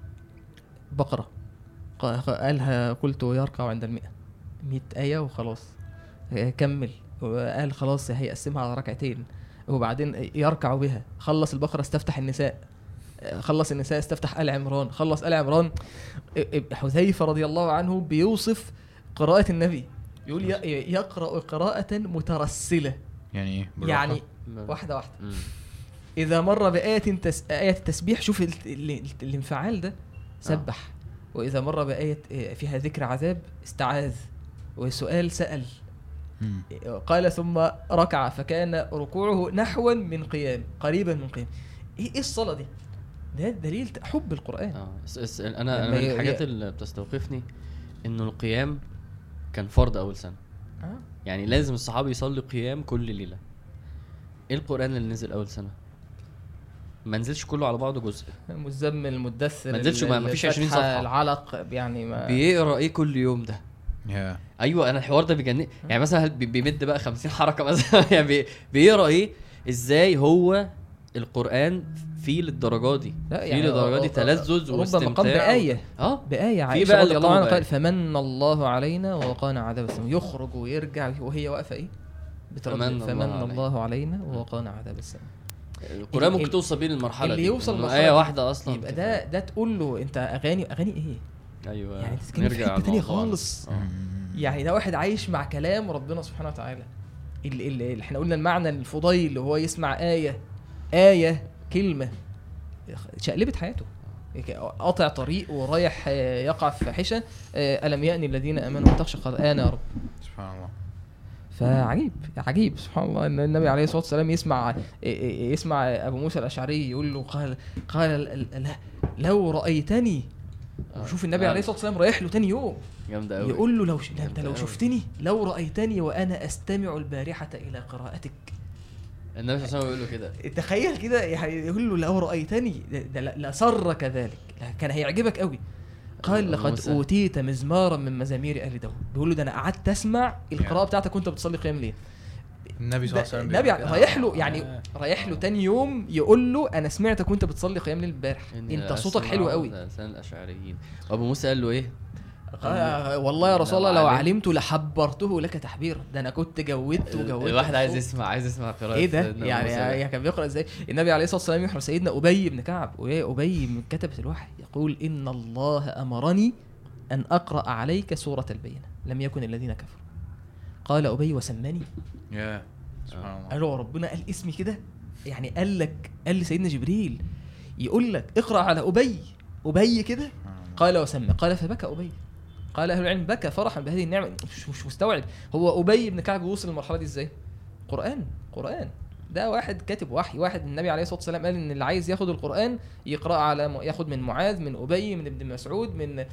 بقرة قالها قلت يركع عند 100 آية وخلاص كمل، وقال خلاص هيقسمها على ركعتين وبعدين يركع بها. خلص البقرة استفتح النساء، خلص النساء استفتح آل عمران، خلص آل عمران. حذيفة رضي الله عنه بيوصف قراءة النبي، يقول يقرأ قراءة مترسلة، يعني ايه؟ يعني واحدة واحدة. إذا مر بآية آية التسبيح، شوف الانفعال ده، سبح. وإذا مر بآية فيها ذكر عذاب استعاذ، وسؤال سأل. قال ثم ركع فكان ركوعه نحوا من قيام، قريبا من قيام. ايه الصلاة دي؟ ده دليل حب القرآن. انا من الحاجات اللي بتستوقفني انه القيام كان فرض اول سنة. يعني لازم الصحابي يصلي قيام كل ليلة. ايه القرآن اللي نزل اول سنة؟ ما نزلش كله على بعضه، جزء مزمل المدثر، ما نزلش، ما فيش 20 صفحة. العلق يعني ما بيقرأ ايه كل يوم ده؟ ايوه انا الحوار ده بيجنن. يعني مثلا بيمد بقى 50 حركة مثلا يعني بيقرأ ايه؟ ازاي هو القرآن فيه للدرجة دي؟ يعني فيه للدرجة دي تلذذ واستمتاع. ربما قام بآية بآية عائشة رضي الله عنها قال فمن الله علينا ووقانا عذاب السموم. يخرج ويرجع وهي واقفة ايه؟ فمن الله علينا ووقانا عذاب السموم. القرآن ممكن توصل بيه للمرحلة اللي دي، يوصل آية واحدة أصلا يبقى ده تقول له أنت أغاني إيه؟ أيوة، يعني تتكلم في حتة تانية خالص. يعني ده واحد عايش مع كلام ربنا سبحانه وتعالى. اللي احنا قلنا المعنى الفضيل اللي هو يسمع آية كلمة شقلبت حياته، قاطع طريق ورايح يقع في فاحشة. ألم يأني الذين آمنوا أن تخشع قرآن يا رب. سبحان الله. فعجيب سبحان الله ان النبي عليه الصلاه والسلام يسمع ابو موسى الاشعري يقول له قال لو رايتني. وشوف النبي عليه الصلاه والسلام رايح له تاني يوم جامده قوي، يقول له انت لو شفتني لو رايتني وانا استمع البارحه الى قراءتك. النبي صلى الله عليه وسلم يقول له كده، تخيل كده، يعني يقول له لو رايتني لسرك ذلك، كان هيعجبك قوي. قال لقد اوتيت مزمارا من مزامير اهل داود. بيقول له ده انا قعدت اسمع القراءه بتاعتك وانت بتصلي قيام ليل. النبي صلى الله عليه وسلم النبي رايح له، يعني رايح له تاني يوم يقول له انا سمعتك وانت بتصلي قيام ليل امبارح، انت صوتك حلو قوي. لسان الاشعريين. ابو موسى قال له ايه؟ والله يا رسول الله لو علمت لحبرته لك تحبيرا. ده انا كنت جودت الواحد عايز يسمع قراءه. ايه ده؟ يعني كان بيقرا ازاي النبي عليه الصلاه والسلام؟ يحرى سيدنا ابي بن كعب، وابي من كتبه الوحي يقول ان الله امرني ان اقرا عليك سوره البينه لم يكن الذين كفروا. قال ابي وسماني. يا سبحان الله. قالوا ربنا قال اسمي كده؟ يعني قال لسيدنا جبريل يقول لك اقرأ على أبي كده. قال وسمى، قال فبكى أبي. قال أهل العلم بكى فرحا بهذه النعمة. مش مستوعب هو أبي بن كعب وصل للمرحلة دي ازاي. قرآن ده واحد كاتب وحي، واحد النبي عليه الصلاة والسلام قال ان اللي عايز ياخد القرآن يقرأ على ياخد من معاذ، من أبي، من ابن مسعود، من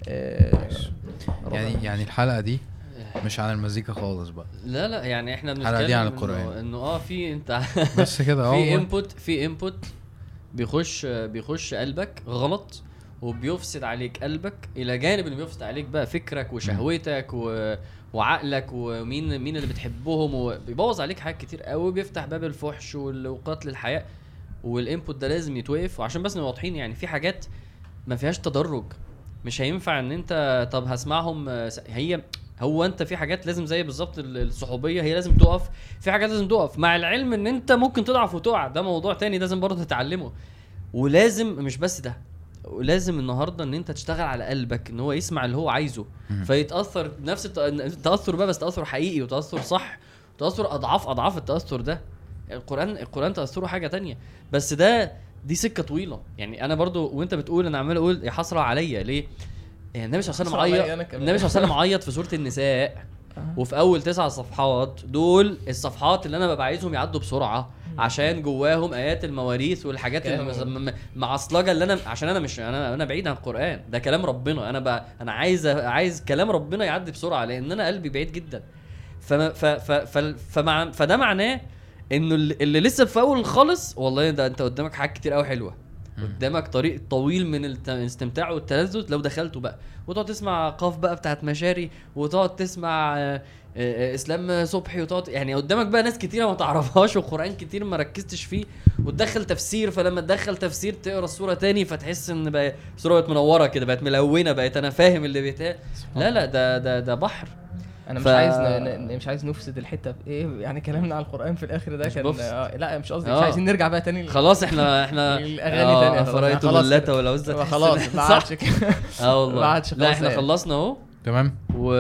يعني الحلقة دي مش عن المزيكا خالص بقى. لا يعني احنا بنتكلم عن القرآن انه في انت بس كده في انبوت بيخش قلبك غلط وبيفسد عليك قلبك، الى جانب انه بيفسد عليك بقى فكرك وشهوتك وعقلك ومين اللي بتحبهم، وبيبوظ عليك حاجات كتير قوي، بيفتح باب الفحش وقتل الحياة. والانبوت ده لازم يتوقف. وعشان بس نبقى واضحين يعني في حاجات ما فيهاش تدرج، مش هينفع ان انت طب هسمعهم هو انت في حاجات لازم زي بالظبط الصحوبيه هي لازم تقف، في حاجات لازم تقف، مع العلم ان انت ممكن تضعف وتقع، ده موضوع تاني لازم برضه تتعلمه. ولازم مش بس ده، ولازم النهارده ان انت تشتغل على قلبك ان هو يسمع اللي هو عايزه فيتاثر نفس التاثر بقى، بس تاثر حقيقي وتاثر صح، تاثر اضعاف التاثر ده. القران تاثره حاجه تانية، بس دي سكه طويله. يعني انا برضو وانت بتقول انا عمال اقول يا حسره عليا ليه. يعني النبي صلى الله عليه وسلم عيط في سوره النساء وفي اول 9 صفحات دول الصفحات اللي انا ببقى عايزهم يعدوا بسرعه عشان جواهم ايات المواريث والحاجات المعصلجه اللي انا عشان انا مش انا بعيد عن القران، ده كلام ربنا. انا عايز كلام ربنا يعدي بسرعه لان انا قلبي بعيد جدا. فده معناه انه اللي لسه في اول خالص والله ده انت قدامك حاجات كتير قوي حلوه، قدامك طريق طويل من الاستمتاع والتلذذ لو دخلته بقى وتقعد تسمع قاف بقى بتاعت مشاري وتقعد تسمع اسلام صبحي وتقعد يعني قدامك بقى ناس كتيره ما تعرفهاش وقرآن كتير ما ركزتش فيه وتدخل تفسير، فلما تدخل تفسير تقرا السوره تاني فتحس ان بقى السوره بقت منوره كده، بقت ملونه، بقت انا فاهم اللي بيتقال. لا ده بحر. انا مش عايز نفسد الحته ايه يعني كلامنا على القرآن في الاخر ده كان لا مش قصدي مش عايزين نرجع بقى تاني خلاص احنا الاغاني تانية فرأيت اللات والعزة خلاص ما عادش كده والله لا احنا خلصنا اهو تمام.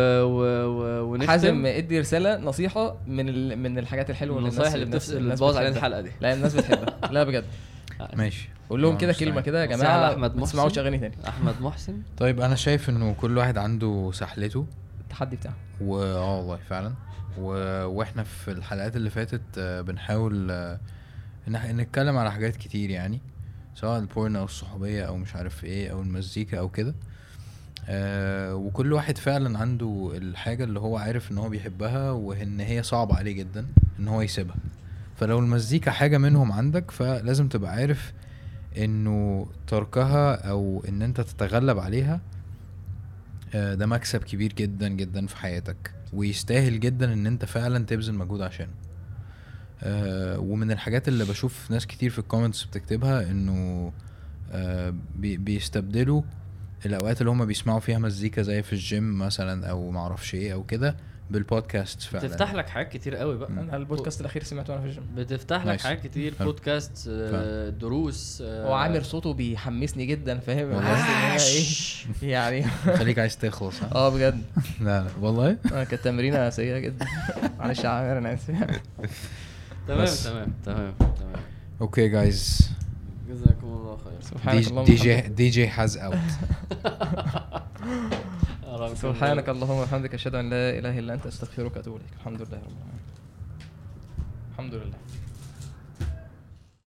ونختم. حازم ادي رساله نصيحه من الحاجات الحلوه النصايح اللي بتبوظ علينا الحلقه دي، لا الناس بتحبها لا بجد ماشي قول لهم كده كلمه كده يا جماعه ما تسمعوش اغاني تاني. احمد محسن. طيب انا شايف انه كل واحد عنده سحلته التحدي بتاعه والله فعلا واحنا في الحلقات اللي فاتت بنحاول نتكلم على حاجات كتير يعني سواء البورن او الصحوبيه او مش عارف ايه او المزيكا او كده. وكل واحد فعلا عنده الحاجه اللي هو عارف ان هو بيحبها وان هي صعبه عليه جدا ان هو يسيبها. فلو المزيكا حاجه منهم عندك فلازم تبقى عارف انه تركها او ان انت تتغلب عليها ده مكسب كبير جدا جدا في حياتك ويستاهل جدا ان انت فعلا تبذل مجهود عشانه. ومن الحاجات اللي بشوف ناس كتير في الكومنتس بتكتبها انه بيستبدلوا الاوقات اللي هم بيسمعوا فيها مزيكا زي في الجيم مثلا او معرفش ايه او كده بالبودكاست. فعلا بتفتح لك حاجات كتير قوي بقى. انا البودكاست الاخير سمعته وانا في الجيم بتفتح لك حاجات كتير بودكاست دروس. هو عامر صوته بيحمسني جدا فاهم ايه يعني خليك عايز تخلص بجد لا والله كانت تمرينه سيئه جدا معلش يا عامر انا اسف. تمام اوكي جايز جزاكم الله خير. دي جي has out. سبحانك اللهم وبحمدك اشهد ان لا اله الا انت استغفرك واتوب اليك. الحمد لله رب العالمين. الحمد لله.